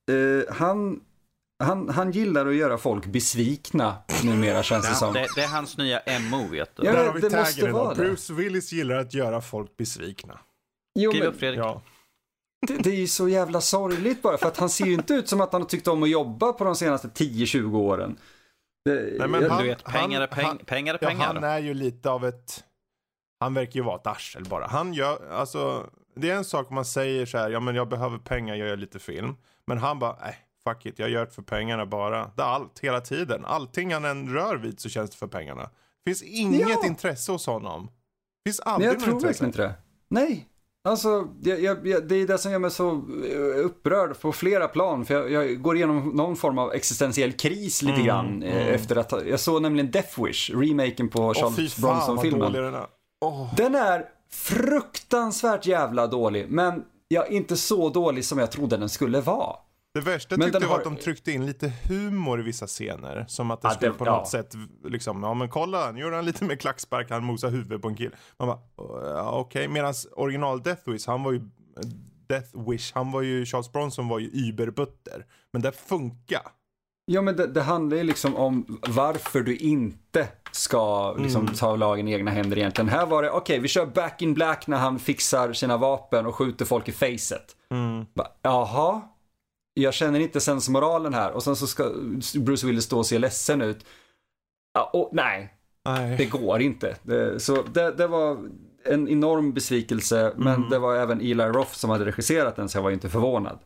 Speaker 2: han gillar att göra folk besvikna numera, känns det som.
Speaker 3: Det är hans nya MO, vet du.
Speaker 2: Ja,
Speaker 1: där har vi
Speaker 2: det måste vara det.
Speaker 1: Bruce Willis gillar att göra folk besvikna.
Speaker 2: Jo,
Speaker 3: skriv upp, Fredrik.
Speaker 1: Ja.
Speaker 2: Det är ju så jävla sorgligt bara, för att han ser ju inte ut som att han har tyckt om att jobba på de senaste 10-20 åren.
Speaker 1: Nej, men
Speaker 3: du vet, pengar är pengar.
Speaker 1: Ja, han är ju lite av han verkar ju vara ett arsel bara. Han gör, alltså, det är en sak om man säger så här, ja men jag behöver pengar, jag gör lite film. Men han bara, fuck it, jag gör det för pengarna bara. Det är allt, hela tiden. Allting han än rör vid så känns det för pengarna. Det finns inget intresse hos honom. Det finns aldrig något intresse. Jag tror verkligen inte
Speaker 2: det. Nej. Alltså, det är det som gör mig så upprörd på flera plan. För jag går igenom någon form av existentiell kris lite grann. Efter att jag såg nämligen Death Wish, remaken på Charles Bronson-filmen. Den är fruktansvärt jävla dålig. Men inte så dålig som jag trodde den skulle vara.
Speaker 1: Det värsta tyckte jag var att de tryckte in lite humor i vissa scener. Som att det skulle på något sätt liksom, ja men kolla, nu gjorde han lite med klackspark, han mosade huvudet på en kill. Man bara, okej. Medan original Death Wish, han var ju Charles Bronson var ju überbutter. Men det funkar.
Speaker 2: Ja, men det handlar ju liksom om varför du inte ska liksom ta lagen i egna händer egentligen. Här var det, okej, vi kör Back in Black när han fixar sina vapen och skjuter folk i facet. Jaha. Jag känner inte sensmoralen här. Och sen så ska Bruce Willis stå och se ledsen ut. Nej. Det går inte. Det var en enorm besvikelse. Men det var även Eli Roth som hade regisserat den, så jag var inte förvånad.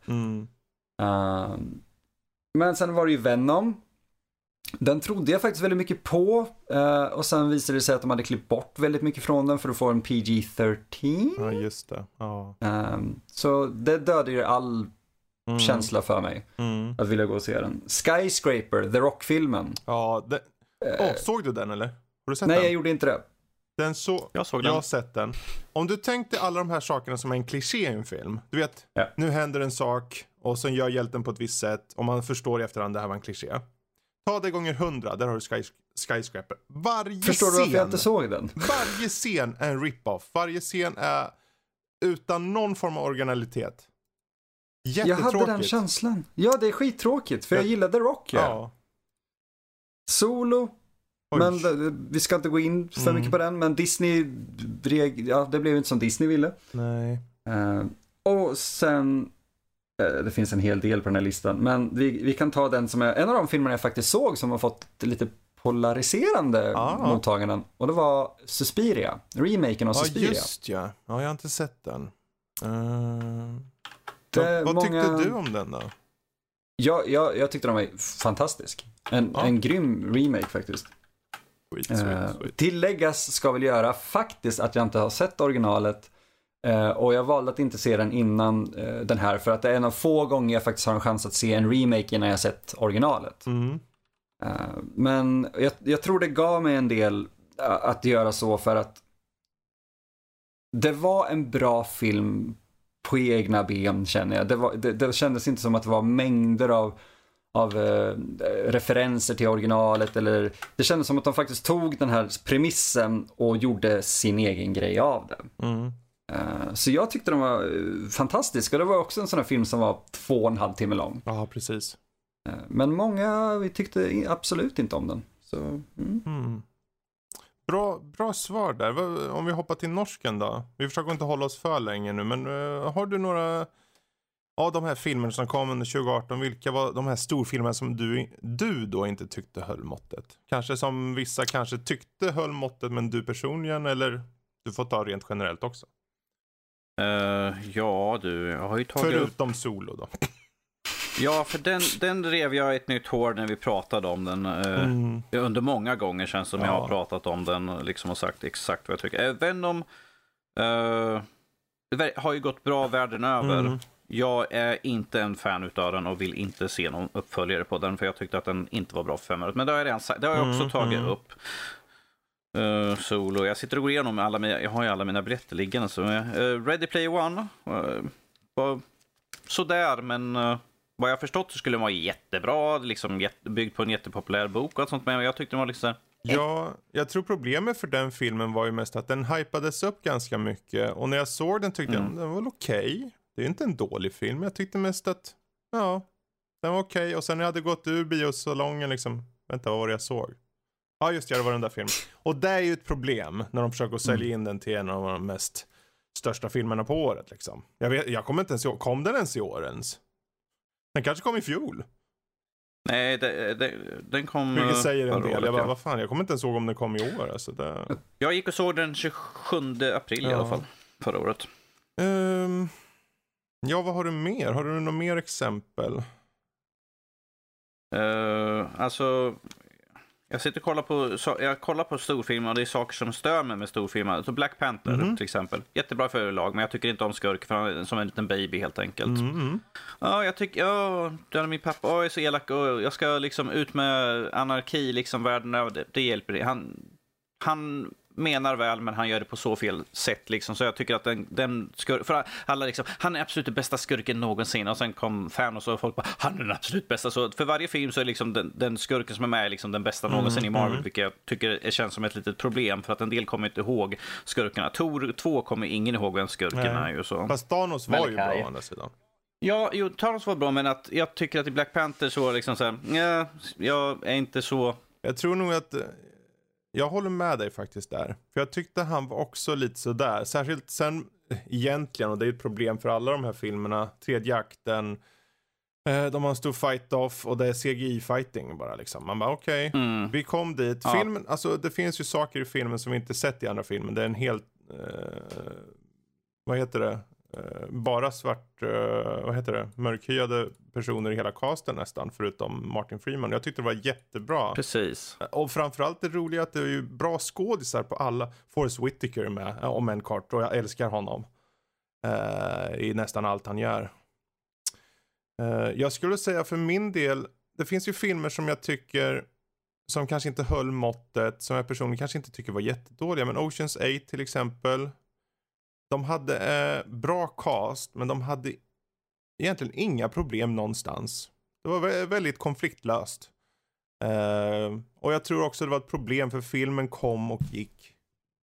Speaker 2: Men sen var det ju Venom. Den trodde jag faktiskt väldigt mycket på. Och sen visade det sig att de hade klippt bort väldigt mycket från den för att få en PG-13.
Speaker 1: Ja, just det. Ja.
Speaker 2: Så det dödade ju all känsla för mig att vilja gå och se den. Skyscraper, The Rock-filmen.
Speaker 1: Ja, såg du den eller? Har du sett
Speaker 2: den?
Speaker 1: Nej,
Speaker 2: jag gjorde inte det.
Speaker 1: Jag har sett den. Om du tänkte alla de här sakerna som är en kliché i en film. Du vet, nu händer en sak och sen gör hjälten på ett visst sätt och man förstår i efterhand det här var en kliché. Ta det gånger 100, där har du Skyscraper.
Speaker 2: Förstår du varför jag inte såg den?
Speaker 1: Varje scen är en rip-off. Varje scen är utan någon form av originalitet.
Speaker 2: Jag hade den känslan. Ja, det är skittråkigt, för jag gillade Rock. Solo. Men vi ska inte gå in för mycket på den. Men Disney, det blev inte som Disney ville.
Speaker 1: Nej.
Speaker 2: Och sen, det finns en hel del på den här listan. Men vi kan ta den som är en av de filmerna jag faktiskt såg som har fått lite polariserande mottaganden. Och det var Suspiria, remaken av Suspiria.
Speaker 1: Ja, just ja. Ja, jag har inte sett den. Vad tyckte du om den då?
Speaker 2: Jag tyckte den var fantastisk. En grym remake faktiskt.
Speaker 1: Sweet.
Speaker 2: Tilläggas ska väl göra faktiskt att jag inte har sett originalet. Och jag valde att inte se den innan den här. För att det är en av få gånger jag faktiskt har en chans att se en remake innan jag sett originalet. Men jag tror det gav mig en del att göra så, för att det var en bra film på egna ben, känner jag. Det kändes inte som att det var mängder av referenser till originalet, eller det kändes som att de faktiskt tog den här premissen och gjorde sin egen grej av den. Så jag tyckte den var fantastisk, och det var också en sån här film som var 2,5 timmar lång.
Speaker 1: Ja, precis.
Speaker 2: Men många tyckte absolut inte om den. Så,
Speaker 1: Bra svar där. Om vi hoppar till norsken då. Vi försöker inte hålla oss för länge nu, men har du några av de här filmerna som kom under 2018, vilka var de här storfilmerna som du då inte tyckte höll måttet? Kanske som vissa kanske tyckte höll måttet, men du personligen, eller du får ta rent generellt också?
Speaker 3: Jag har ju tagit
Speaker 1: förutom Solo då.
Speaker 3: Ja, för den rev jag ett nytt hår när vi pratade om den. Under många gånger känns som jag har pratat om den liksom, och sagt exakt vad jag tycker. Venom har ju gått bra världen över. Jag är inte en fan utav den och vill inte se någon uppföljare på den, för jag tyckte att den inte var bra för 5 minuter. Men det har jag redan sagt. Det har jag också tagit upp. Solo. Jag sitter och går igenom jag har ju alla mina biljetter liggande. Så, Ready Player One var sådär, men vad jag förstått så skulle den vara jättebra, liksom byggd på en jättepopulär bok och sånt, men jag tyckte den var liksom
Speaker 1: Ja, jag tror problemet för den filmen var ju mest att den hypades upp ganska mycket, och när jag såg den tyckte jag den var okej. Det är inte en dålig film, jag tyckte mest att den var okej. Och sen när jag hade gått ur biosalongen liksom, vänta, vad var det jag såg? Ja, just det var den där filmen. Och det är ju ett problem när de försöker sälja in den till en av de mest största filmerna på året liksom. Jag kommer inte ens ihåg, kom den ens i år ens? Den kanske kom i fjol.
Speaker 3: Nej, den kom...
Speaker 1: Vilket säger en del.
Speaker 3: Året,
Speaker 1: jag bara, vad fan, jag kommer inte ens ihåg om den kom i år. Alltså
Speaker 3: Jag gick och såg den 27 april i alla fall, förra året.
Speaker 1: Ja, vad har du mer? Har du några mer exempel?
Speaker 3: Alltså... Jag sitter och kollar på storfilmer, och det är saker som stör mig med storfilmer. Alltså Black Panther till exempel. Jättebra förlag, men jag tycker inte om skurk för han är som en liten baby helt enkelt. Ja, jag tycker, den är min pappa, är så elak, och jag ska liksom ut med anarki liksom världen över. Det hjälper det. Han menar väl, men han gör det på så fel sätt liksom. Så jag tycker att den skurk, för alla liksom, han är absolut den bästa skurken någonsin, och sen kom fan och så folk bara, han är den absolut bästa. Så för varje film så är liksom den skurken som är med liksom den bästa någonsin i Marvel, vilket jag tycker känns som ett litet problem, för att en del kommer inte ihåg skurkarna. Thor 2 kommer ingen ihåg vem skurken är ju så.
Speaker 1: Fast Thanos var ju bra å andra sidan.
Speaker 3: Ja, Thanos var bra, men att jag tycker att i Black Panther så liksom så här, jag är inte så...
Speaker 1: Jag tror nog att jag håller med dig faktiskt där. För jag tyckte han var också lite sådär. Särskilt sen egentligen, och det är ett problem för alla de här filmerna. Tredje akten, de har en stor fight-off, och det är CGI-fighting bara liksom. Man bara okej, vi kom dit. Filmen, alltså det finns ju saker i filmen som vi inte sett i andra filmer. Det är en helt, vad heter det? Bara svart, vad heter det? Mörkhyade personer i hela casten nästan, förutom Martin Freeman. Jag tyckte det var jättebra.
Speaker 3: Precis.
Speaker 1: Och framförallt det roliga att det är ju bra skådisar på alla. Forrest Whitaker med, om en kort, och jag älskar honom i nästan allt han gör. Jag skulle säga för min del, det finns ju filmer som jag tycker som kanske inte höll måttet, som jag personligen kanske inte tycker var jättedåliga, men Ocean's 8 till exempel. De hade bra cast, men de hade egentligen inga problem någonstans. Det var väldigt konfliktlöst. Och jag tror också det var ett problem, för filmen kom och gick.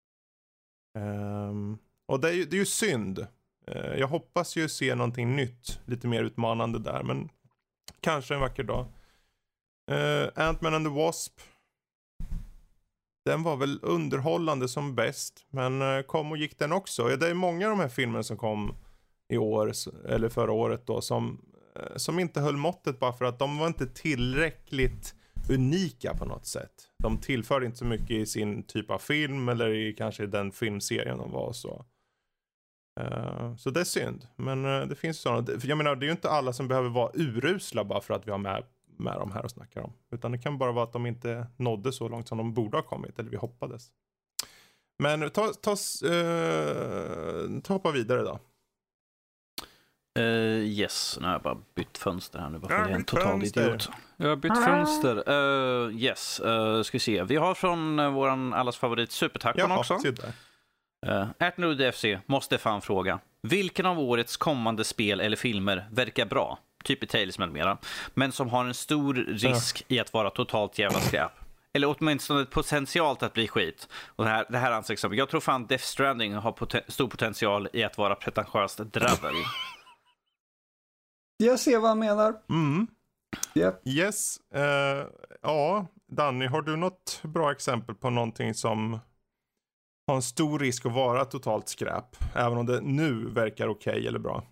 Speaker 1: Och det är ju synd. Jag hoppas ju se någonting nytt, lite mer utmanande där, men kanske en vacker dag. Ant-Man and the Wasp. Den var väl underhållande som bäst, men kom och gick den också. Det är många av de här filmerna som kom i år, eller förra året då, som inte höll måttet, bara för att de var inte tillräckligt unika på något sätt. De tillför inte så mycket i sin typ av film eller i kanske den filmserien de var så. Så det är synd. Men det finns sådana. Jag menar, det är ju inte alla som behöver vara urusla bara för att vi har med dem här och snackar om. Utan det kan bara vara att de inte nådde så långt som de borde ha kommit. Eller vi hoppades. Men hoppa vidare då.
Speaker 3: Yes, nu har jag bara bytt fönster här nu. Varför är jag en total idiot? Jag har bytt fönster. Yes, ska vi se. Vi har från våran allas favorit Supertacon också. @NordFC måste fan fråga. Vilken av årets kommande spel eller filmer verkar bra? Typ i Tales med mera. Men som har en stor risk i att vara totalt jävla skräp. Eller åtminstone potential att bli skit. Och det här anser jag. Jag tror fan Death Stranding har stor potential i att vara pretentiöst dravel.
Speaker 2: Jag ser vad han menar.
Speaker 1: Yep. Yes. Ja, Danny, har du något bra exempel på någonting som har en stor risk att vara totalt skräp? Även om det nu verkar okej eller bra.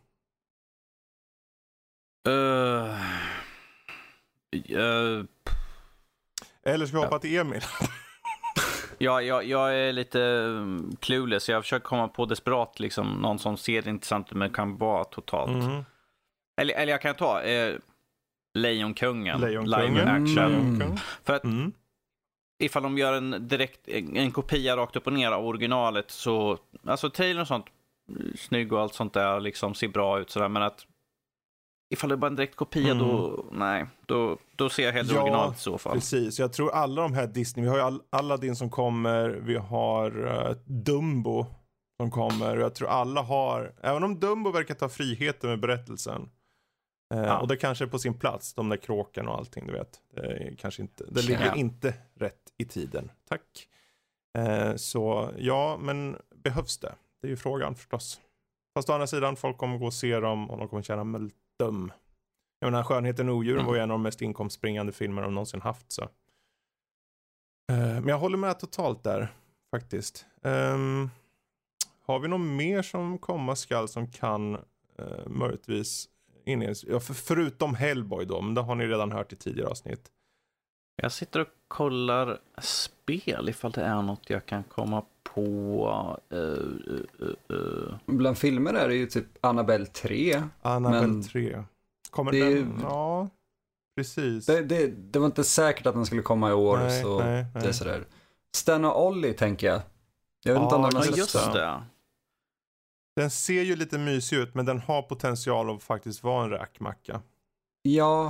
Speaker 1: Eller ska vi hoppa till Emil?
Speaker 3: Ja, jag är lite clueless. Jag försöker komma på desperat liksom, någon som ser intressant ut men kan vara totalt. Eller jag kan ta Lejonkungen. Live action. För att ifall de gör en kopia rakt upp och ner av originalet så, alltså trailern och sånt snygg och allt sånt där liksom ser bra ut sådär, men att ifall det är bara en direkt kopia då ser jag hellre originalet i så fall.
Speaker 1: Precis, jag tror alla de här Disney, vi har ju Aladdin som kommer, vi har Dumbo som kommer, och jag tror alla har, även om Dumbo verkar ta friheten med berättelsen och det kanske är på sin plats, de där kråken och allting, du vet, det ligger inte rätt i tiden, tack. Så ja, men behövs det? Det är ju frågan förstås. Fast å andra sidan, folk kommer gå och se dem och de kommer känna väldigt dum. Jag menar, Skönheten och odjuren var ju en av de mest inkomstbringande filmer de någonsin haft. Så. Men jag håller med totalt där, faktiskt. Har vi något mer som komma skall som kan möjligtvis förutom Hellboy då, men det har ni redan hört i tidigare avsnitt.
Speaker 3: Jag sitter och kollar spel ifall det är något jag kan komma på.
Speaker 2: Bland filmer är det ju typ Annabelle 3.
Speaker 1: Annabelle 3. Kommer
Speaker 2: det
Speaker 1: den? Ja, precis.
Speaker 2: Det var inte säkert att den skulle komma i år. Nej. Det är sådär. Stan och Ollie tänker jag. Jag vet inte om den har
Speaker 3: just det.
Speaker 1: Den ser ju lite mysig ut, men den har potential att faktiskt vara en räkmacka.
Speaker 2: Ja.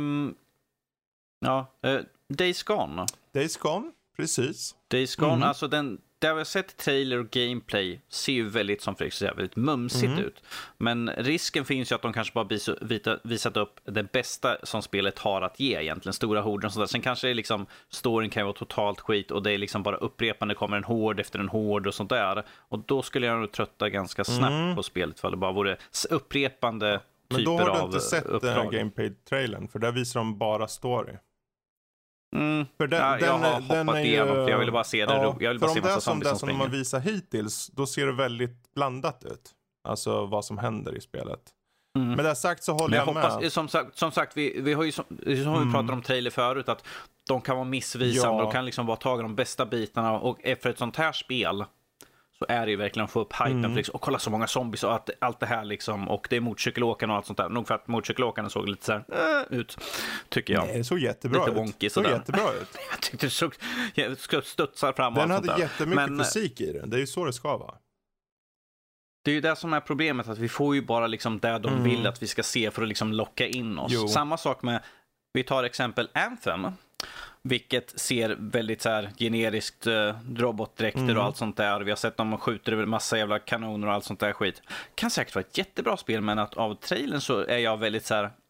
Speaker 3: Days Gone.
Speaker 1: Days Gone, precis.
Speaker 3: Days Gone, alltså där vi har sett trailer och gameplay ser ju väldigt, som Fredrik säger, väldigt mumsigt ut. Men risken finns ju att de kanske bara visat upp det bästa som spelet har att ge egentligen, stora horder och sådär. Sen kanske det liksom, storyn kan vara totalt skit och det är liksom bara upprepande, kommer en hord efter en hord och sånt där. Och då skulle jag nog trötta ganska snabbt på spelet för det bara vore upprepande typer av uppdrag. Men då har du inte sett
Speaker 1: gameplay-trailern, för där visar de bara story.
Speaker 3: För jag har hoppat igenom för jag ville bara se det. Jag vill bara se massa zombies som
Speaker 1: de har visat hittills, då ser det väldigt blandat ut. Alltså vad som händer i spelet. Men det sagt så håller jag med.
Speaker 3: Som sagt, vi har ju som vi pratade om trailer förut, att de kan vara missvisande. De kan liksom bara ta de bästa bitarna. Och efter ett sånt här spel så är det ju verkligen att få upp hypen liksom, och kolla så många zombies och allt det här liksom, och det är motorcykelåkarna och allt sånt där. Nog för att motorcykelåkarna såg lite så här ut, tycker jag.
Speaker 1: Nej, det såg jättebra
Speaker 3: lite
Speaker 1: ut.
Speaker 3: Wonky,
Speaker 1: såg jättebra ut.
Speaker 3: Jag tyckte det såg studsar fram och
Speaker 1: den
Speaker 3: allt sånt där.
Speaker 1: Den hade jättemycket fysik i den. Det är ju så det ska vara.
Speaker 3: Det är ju det som är problemet, att vi får ju bara liksom där de vill att vi ska se för att liksom locka in oss. Samma sak med, vi tar exempel Anthem, vilket ser väldigt så här generiskt robotdräkter och allt sånt där. Vi har sett dem skjuter över massa jävla kanoner och allt sånt där skit. Kan säkert vara ett jättebra spel, men att av trailern så är jag väldigt så här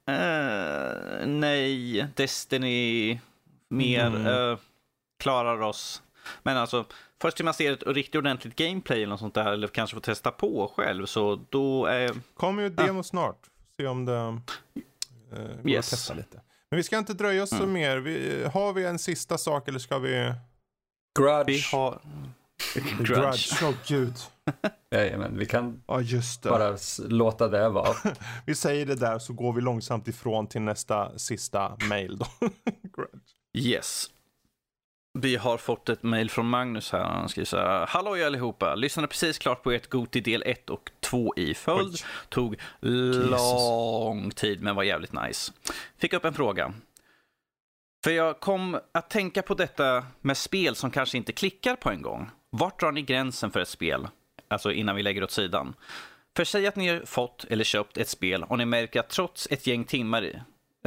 Speaker 3: nej, Destiny mer klarar oss. Men alltså först till man ser ett riktigt ordentligt gameplay eller något sånt där, eller kanske får testa på själv, så då är
Speaker 1: kommer ju demo snart. Se om det går att testa lite. Men vi ska inte dröja oss så mer. Har vi en sista sak eller ska vi...
Speaker 2: Grudge.
Speaker 3: Vi har...
Speaker 1: Grudge. Åh gud.
Speaker 2: Jajamän, vi kan
Speaker 1: just det.
Speaker 2: bara låta det vara.
Speaker 1: Vi säger det där så går vi långsamt ifrån till nästa sista mail då. Grudge.
Speaker 3: Yes. Vi har fått ett mejl från Magnus här. Han skriver så här: hallå allihopa, lyssnade precis klart på ert GOTY del 1 och 2 i följd. Tog lång tid men var jävligt nice. Fick upp en fråga. För jag kom att tänka på detta med spel som kanske inte klickar på en gång. Vart drar ni gränsen för ett spel? Alltså innan vi lägger åt sidan. För säg att ni har fått eller köpt ett spel och ni märker att trots ett gäng timmar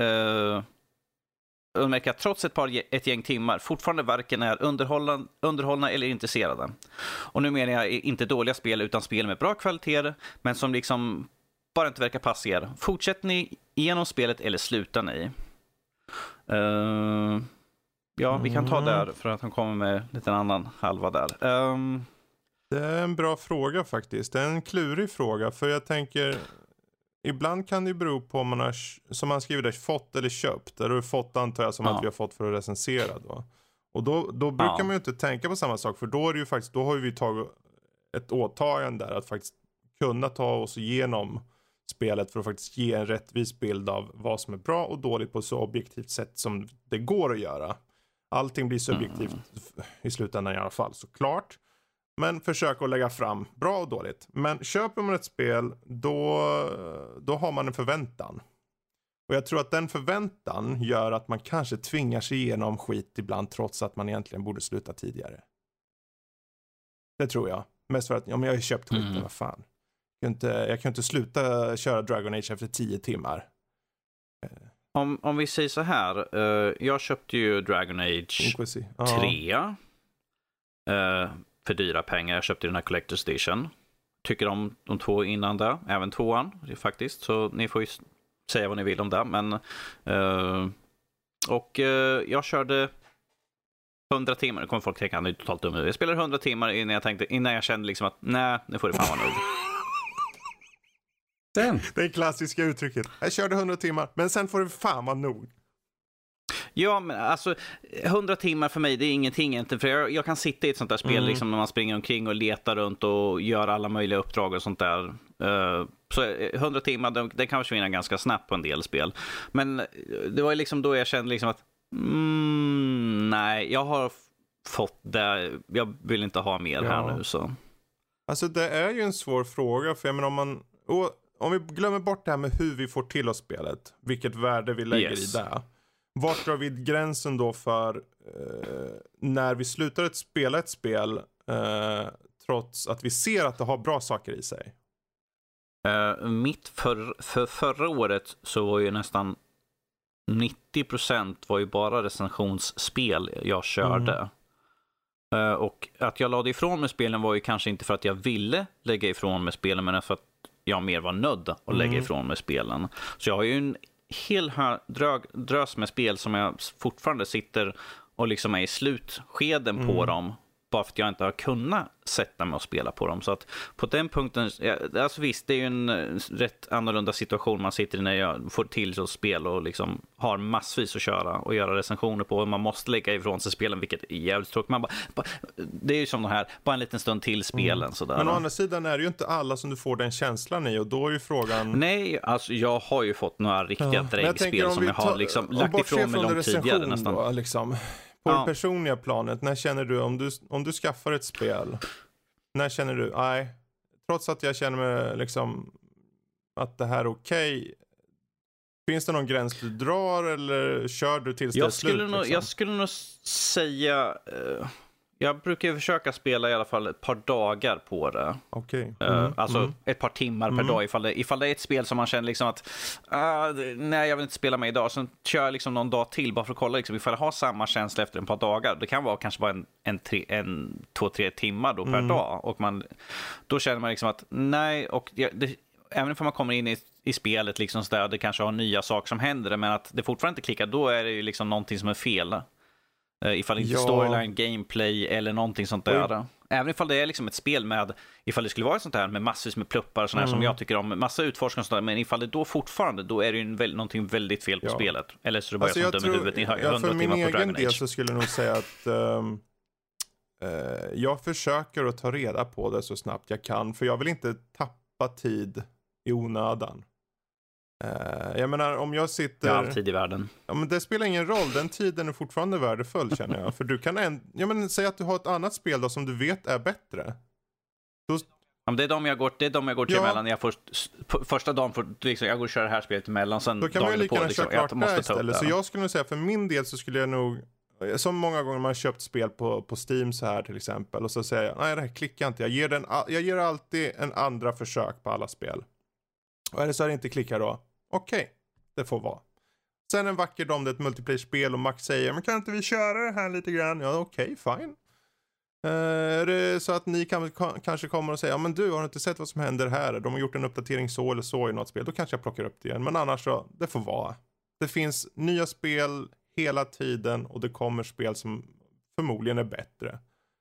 Speaker 3: ett gäng timmar fortfarande varken är underhållna eller intresserade. Och nu menar jag inte dåliga spel utan spel med bra kvalitet men som liksom bara inte verkar passa er. Fortsätter ni igenom spelet eller slutar ni? Ja, vi kan ta där för att han kommer med lite annan halva där.
Speaker 1: Det är en bra fråga faktiskt. Det är en klurig fråga för jag tänker ibland kan det bero på om man har, som man skriver där, fått eller köpt. Där du har fått antar jag som att vi har fått för att recensera då. Och då brukar man ju inte tänka på samma sak för då är det ju faktiskt, då har vi tagit ett åtagande där att faktiskt kunna ta oss igenom spelet för att faktiskt ge en rättvis bild av vad som är bra och dåligt på så objektivt sätt som det går att göra. Allting blir subjektivt i slutändan i alla fall, såklart. Men försök att lägga fram bra och dåligt. Men köper man ett spel, då har man en förväntan. Och jag tror att den förväntan gör att man kanske tvingar sig igenom skit ibland trots att man egentligen borde sluta tidigare. Det tror jag. Mest för att jag har köpt skiten, vad fan. Jag kan inte sluta köra Dragon Age efter 10 timmar.
Speaker 3: Om vi säger så här. Jag köpte ju Dragon Age 3 för dyra pengar. Jag köpte den här Collector's Edition. Tycker om de 2 innan det. Även 2:an faktiskt. Så ni får ju säga vad ni vill om det. Men, jag körde 100 timmar. Det kommer folk tänka att han är totalt dum. Jag spelade 100 timmar innan jag kände liksom att nej, nu får det fan vara nog.
Speaker 1: Det är klassiska uttrycket. Jag körde 100 timmar, men sen får det fan vara nog.
Speaker 3: Ja, men alltså 100 timmar för mig, det är ingenting egentligen. För jag kan sitta i ett sånt där spel liksom, när man springer omkring och letar runt och gör alla möjliga uppdrag och sånt där. Så 100 timmar, det kan försvinna ganska snabbt på en del spel. Men det var liksom då jag kände liksom att nej, jag har fått det. Jag vill inte ha mer här nu. Så.
Speaker 1: Alltså det är ju en svår fråga. För jag menar, om vi glömmer bort det här med hur vi får till oss spelet, vilket värde vi lägger i det. Vart drar vi gränsen då för när vi slutar spela ett spel trots att vi ser att det har bra saker i sig?
Speaker 3: Förra året så var ju nästan 90% var ju bara recensionsspel jag körde. Och att jag lade ifrån med spelen var ju kanske inte för att jag ville lägga ifrån med spelen, men för att jag mer var nödd att lägga ifrån med spelen. Så jag har ju en hel drös med spel som jag fortfarande sitter och liksom är i slutskeden på dem. Bara för att jag inte har kunnat sätta mig och spela på dem. Så att på den punkten, alltså visst, det är ju en rätt annorlunda situation man sitter i när jag får till så spel och liksom har massvis att köra och göra recensioner på. Och man måste lägga ifrån sig spelen, vilket är jävligt tråkigt. Man det är ju som det här, bara en liten stund till spelen. Sådär.
Speaker 1: Men å andra sidan är det ju inte alla som du får den känslan i, och då är ju frågan...
Speaker 3: Nej, alltså jag har ju fått några riktiga dräggspel som jag har liksom lagt ifrån mig långt tidigare nästan.
Speaker 1: Då, liksom. På det personliga planet, när känner du om du skaffar ett spel, när känner du, nej, trots att jag känner mig liksom att det här är okej, finns det någon gräns du drar eller kör du tills det är slut? Liksom?
Speaker 3: Jag skulle nog säga, jag brukar försöka spela i alla fall ett par dagar på det.
Speaker 1: Okej.
Speaker 3: Alltså ett par timmar per dag. Ifall det är ett spel som man känner liksom att nej, jag vill inte spela med idag. Så kör jag liksom någon dag till bara för att kolla liksom, ifall jag har samma känsla efter ett par dagar. Det kan vara kanske bara en 2-3 timmar då per dag. Och då känner man liksom att nej, och även om man kommer in i spelet liksom så där, det kanske har nya saker som händer, men att det fortfarande inte klickar, då är det ju liksom någonting som är fel. Ifall det inte storyline, gameplay eller någonting sånt där. Även ifall det är liksom ett spel med, ifall det skulle vara ett sånt här med massvis med pluppar och sånt här som jag tycker om, massa utforskning och sånt där, men ifall det då fortfarande, då är det ju någonting väldigt fel på spelet. Eller så det börjar som dum i huvudet i 100
Speaker 1: för min
Speaker 3: timmar på Dragon
Speaker 1: egen del
Speaker 3: Age.
Speaker 1: så skulle jag nog säga att jag försöker att ta reda på det så snabbt jag kan, för jag vill inte tappa tid i onödan. Jag menar, om jag sitter...
Speaker 3: Ja, all tid i världen.
Speaker 1: Ja, men det spelar ingen roll. Den tiden är fortfarande värdefull, känner jag. För du kan säg att du har ett annat spel då som du vet är bättre. Då...
Speaker 3: Ja, det är de jag går till emellan. Jag får, första dagen får liksom, jag går och kör det här spelet emellan. Sen
Speaker 1: då kan man ju lika gärna köra klart där istället. Så jag skulle nog säga, för min del så skulle jag nog... Som många gånger man har köpt spel på Steam så här till exempel. Och så säger jag, nej det här klickar inte. Jag ger alltid en andra försök på alla spel. Och är det så här det inte klickar då? Okej, det får vara. Sen en vacker dag om det är ett multiplayer-spel och Max säger, men kan inte vi köra det här lite grann? Ja, okej, fine. Är det så att ni kanske kommer och säger, ja men du har inte sett vad som händer här. De har gjort en uppdatering så eller så i något spel. Då kanske jag plockar upp det igen. Men annars så, det får vara. Det finns nya spel hela tiden och det kommer spel som förmodligen är bättre.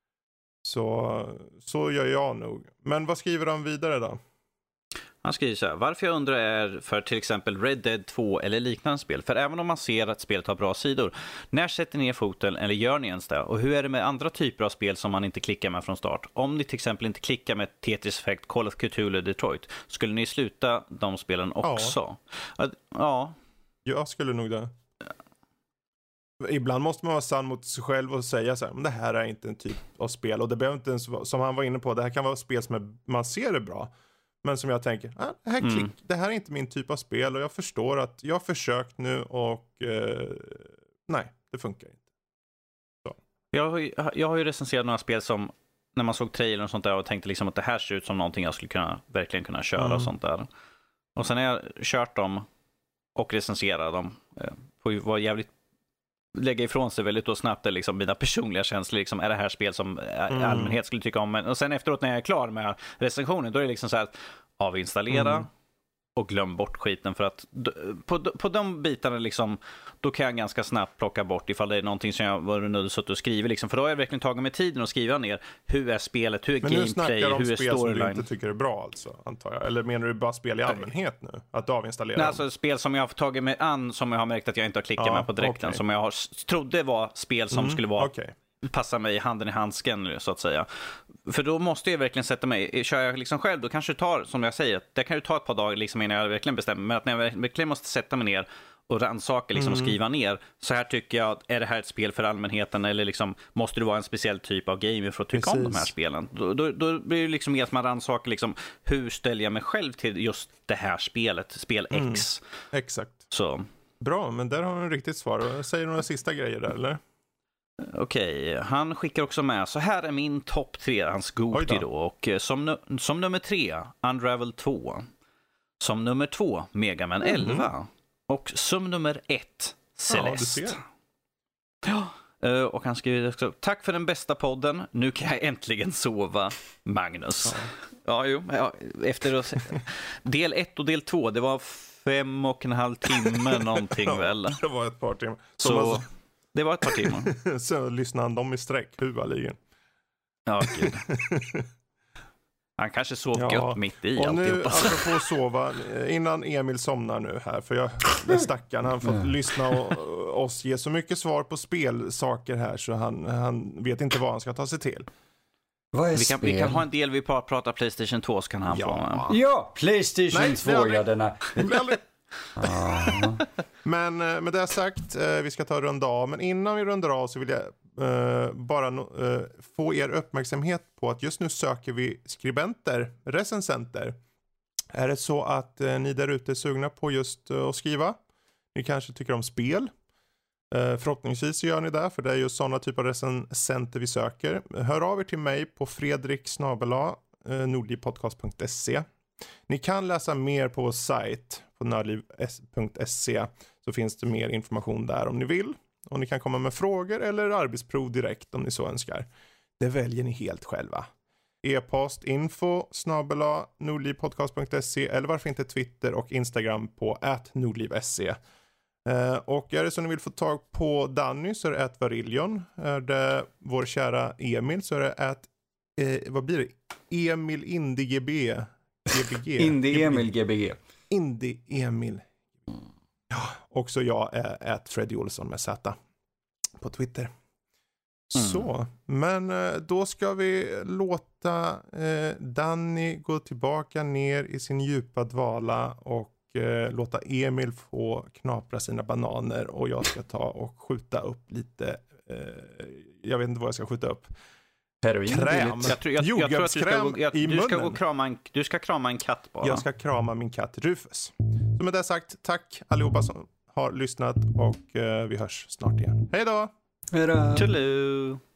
Speaker 1: Så gör jag nog. Men vad skriver de vidare då?
Speaker 3: Han skriver så här: varför jag undrar är för till exempel Red Dead 2 eller liknande spel. För även om man ser att spelet har bra sidor, när sätter ni ner foten eller gör ni ens det? Och hur är det med andra typer av spel som man inte klickar med från start? Om ni till exempel inte klickar med Tetris Effect, Call of Cthulhu, Detroit, skulle ni sluta de spelen också? Ja.
Speaker 1: Jag skulle nog det. Ibland måste man vara sann mot sig själv och säga så här, men det här är inte en typ av spel. Och det behöver inte ens vara, som han var inne på, det här kan vara spel som man ser det bra. Men som jag tänker, det här är inte min typ av spel. Och jag förstår att jag har försökt nu och nej, det funkar inte. Så.
Speaker 3: Jag har ju recenserat några spel som, när man såg trailern och sånt där, och tänkte liksom att det här ser ut som någonting jag skulle verkligen kunna köra och sånt där. Och sen har jag kört dem och recenserat dem. Får ju vara jävligt, lägga ifrån sig väldigt då snabbt liksom mina personliga känslor, liksom, är det här spel som allmänhet skulle tycka om. Och sen efteråt när jag är klar med recensionen, då är det liksom så här att avinstallera och glöm bort skiten, för att på de bitarna liksom, då kan jag ganska snabbt plocka bort ifall det är någonting som jag var nöjd att skriva liksom, för då har jag verkligen tagit mig tiden att skriva ner hur är spelet, hur är gameplay, hur är storyline. Men nu snackar de spel som du inte tycker är bra alltså, antar jag, eller menar du bara spel i allmänhet nu, att du avinstallerar? Nej, alltså spel som jag har tagit mig an, som jag har märkt att jag inte har klickat med på direkten, som jag trodde var spel som skulle vara passa mig handen i handsken så att säga. För då måste jag verkligen sätta mig, kör jag liksom själv, då kanske det tar, som jag säger, det kan ju ta ett par dagar liksom innan jag verkligen bestämmer, men att när jag verkligen måste sätta mig ner och rannsaka liksom, och skriva ner, så här tycker jag, är det här ett spel för allmänheten, eller liksom, måste det vara en speciell typ av gamer för att tycka om de här spelen? Då blir det liksom mer att man rannsakar liksom, hur ställer jag mig själv till just det här spelet, spel X.
Speaker 1: Exakt.
Speaker 3: Så.
Speaker 1: Bra, men där har du en riktigt svar. Säger några sista grejer där, eller?
Speaker 3: Okej, han skickar också med, så här är min topp 3, hans Goti då. Och som nummer 3, Unravel 2. Som nummer 2, Mega Man 11. Och som nummer 1, Celeste. Ja, och han skriver också, tack för den bästa podden, nu kan jag äntligen sova, Magnus. Efter del 1 och del 2, det var 5,5 timmar någonting väl.
Speaker 1: Det var ett par timmar.
Speaker 3: Så det var ett par timmar.
Speaker 1: Så lyssnade han dem i sträck, huvudligen.
Speaker 3: Ja, gud. Han kanske sov gött mitt i
Speaker 1: och nu,
Speaker 3: alltihopa.
Speaker 1: apropå sova, innan Emil somnar nu här, för den stackaren, han fått lyssna och oss ge så mycket svar på spelsaker här, så han vet inte vad han ska ta sig till.
Speaker 2: Vad är
Speaker 3: vi kan ha en del, vi pratar PlayStation 2, så kan han få.
Speaker 2: Ja, PlayStation 2, ja, denna.
Speaker 1: Men med det sagt, vi ska ta runda av. Men innan vi rundar av så vill jag bara få er uppmärksamhet på att just nu söker vi skribenter, recensenter. Är det så att ni där ute är sugna på just att skriva? Ni kanske tycker om spel. Förhoppningsvis gör ni det, för det är just sådana typer av recensenter vi söker. Hör av er till mig på fredrik@nordlivpodcast.se. Ni kan läsa mer på vår sajt på nördliv.se, så finns det mer information där om ni vill. Och ni kan komma med frågor eller arbetsprov direkt om ni så önskar. Det väljer ni helt själva. E-post info@nordlivpodcast.se, eller varför inte Twitter och Instagram på @nordliv.se. Och är det så ni vill få tag på Danny, så är det @varillion. Är det vår kära Emil, så är det vad blir det? Emil IndieGB.
Speaker 2: Indie Emil GBG.
Speaker 1: Indie Emil. Ja, också jag är Freddy Olsson med Z på Twitter. Så, men då ska vi låta Danny gå tillbaka ner i sin djupa dvala och låta Emil få knapra sina bananer och jag ska ta och skjuta upp lite, jag vet inte vad jag ska skjuta upp.
Speaker 2: Heroin.
Speaker 1: Kräm.
Speaker 3: Jag tror att du ska krama en katt bara.
Speaker 1: Jag ska krama min katt Rufus. Så med det sagt, tack allihopa som har lyssnat och vi hörs snart igen. Hej då!
Speaker 2: Hej då!
Speaker 3: Tjoloo!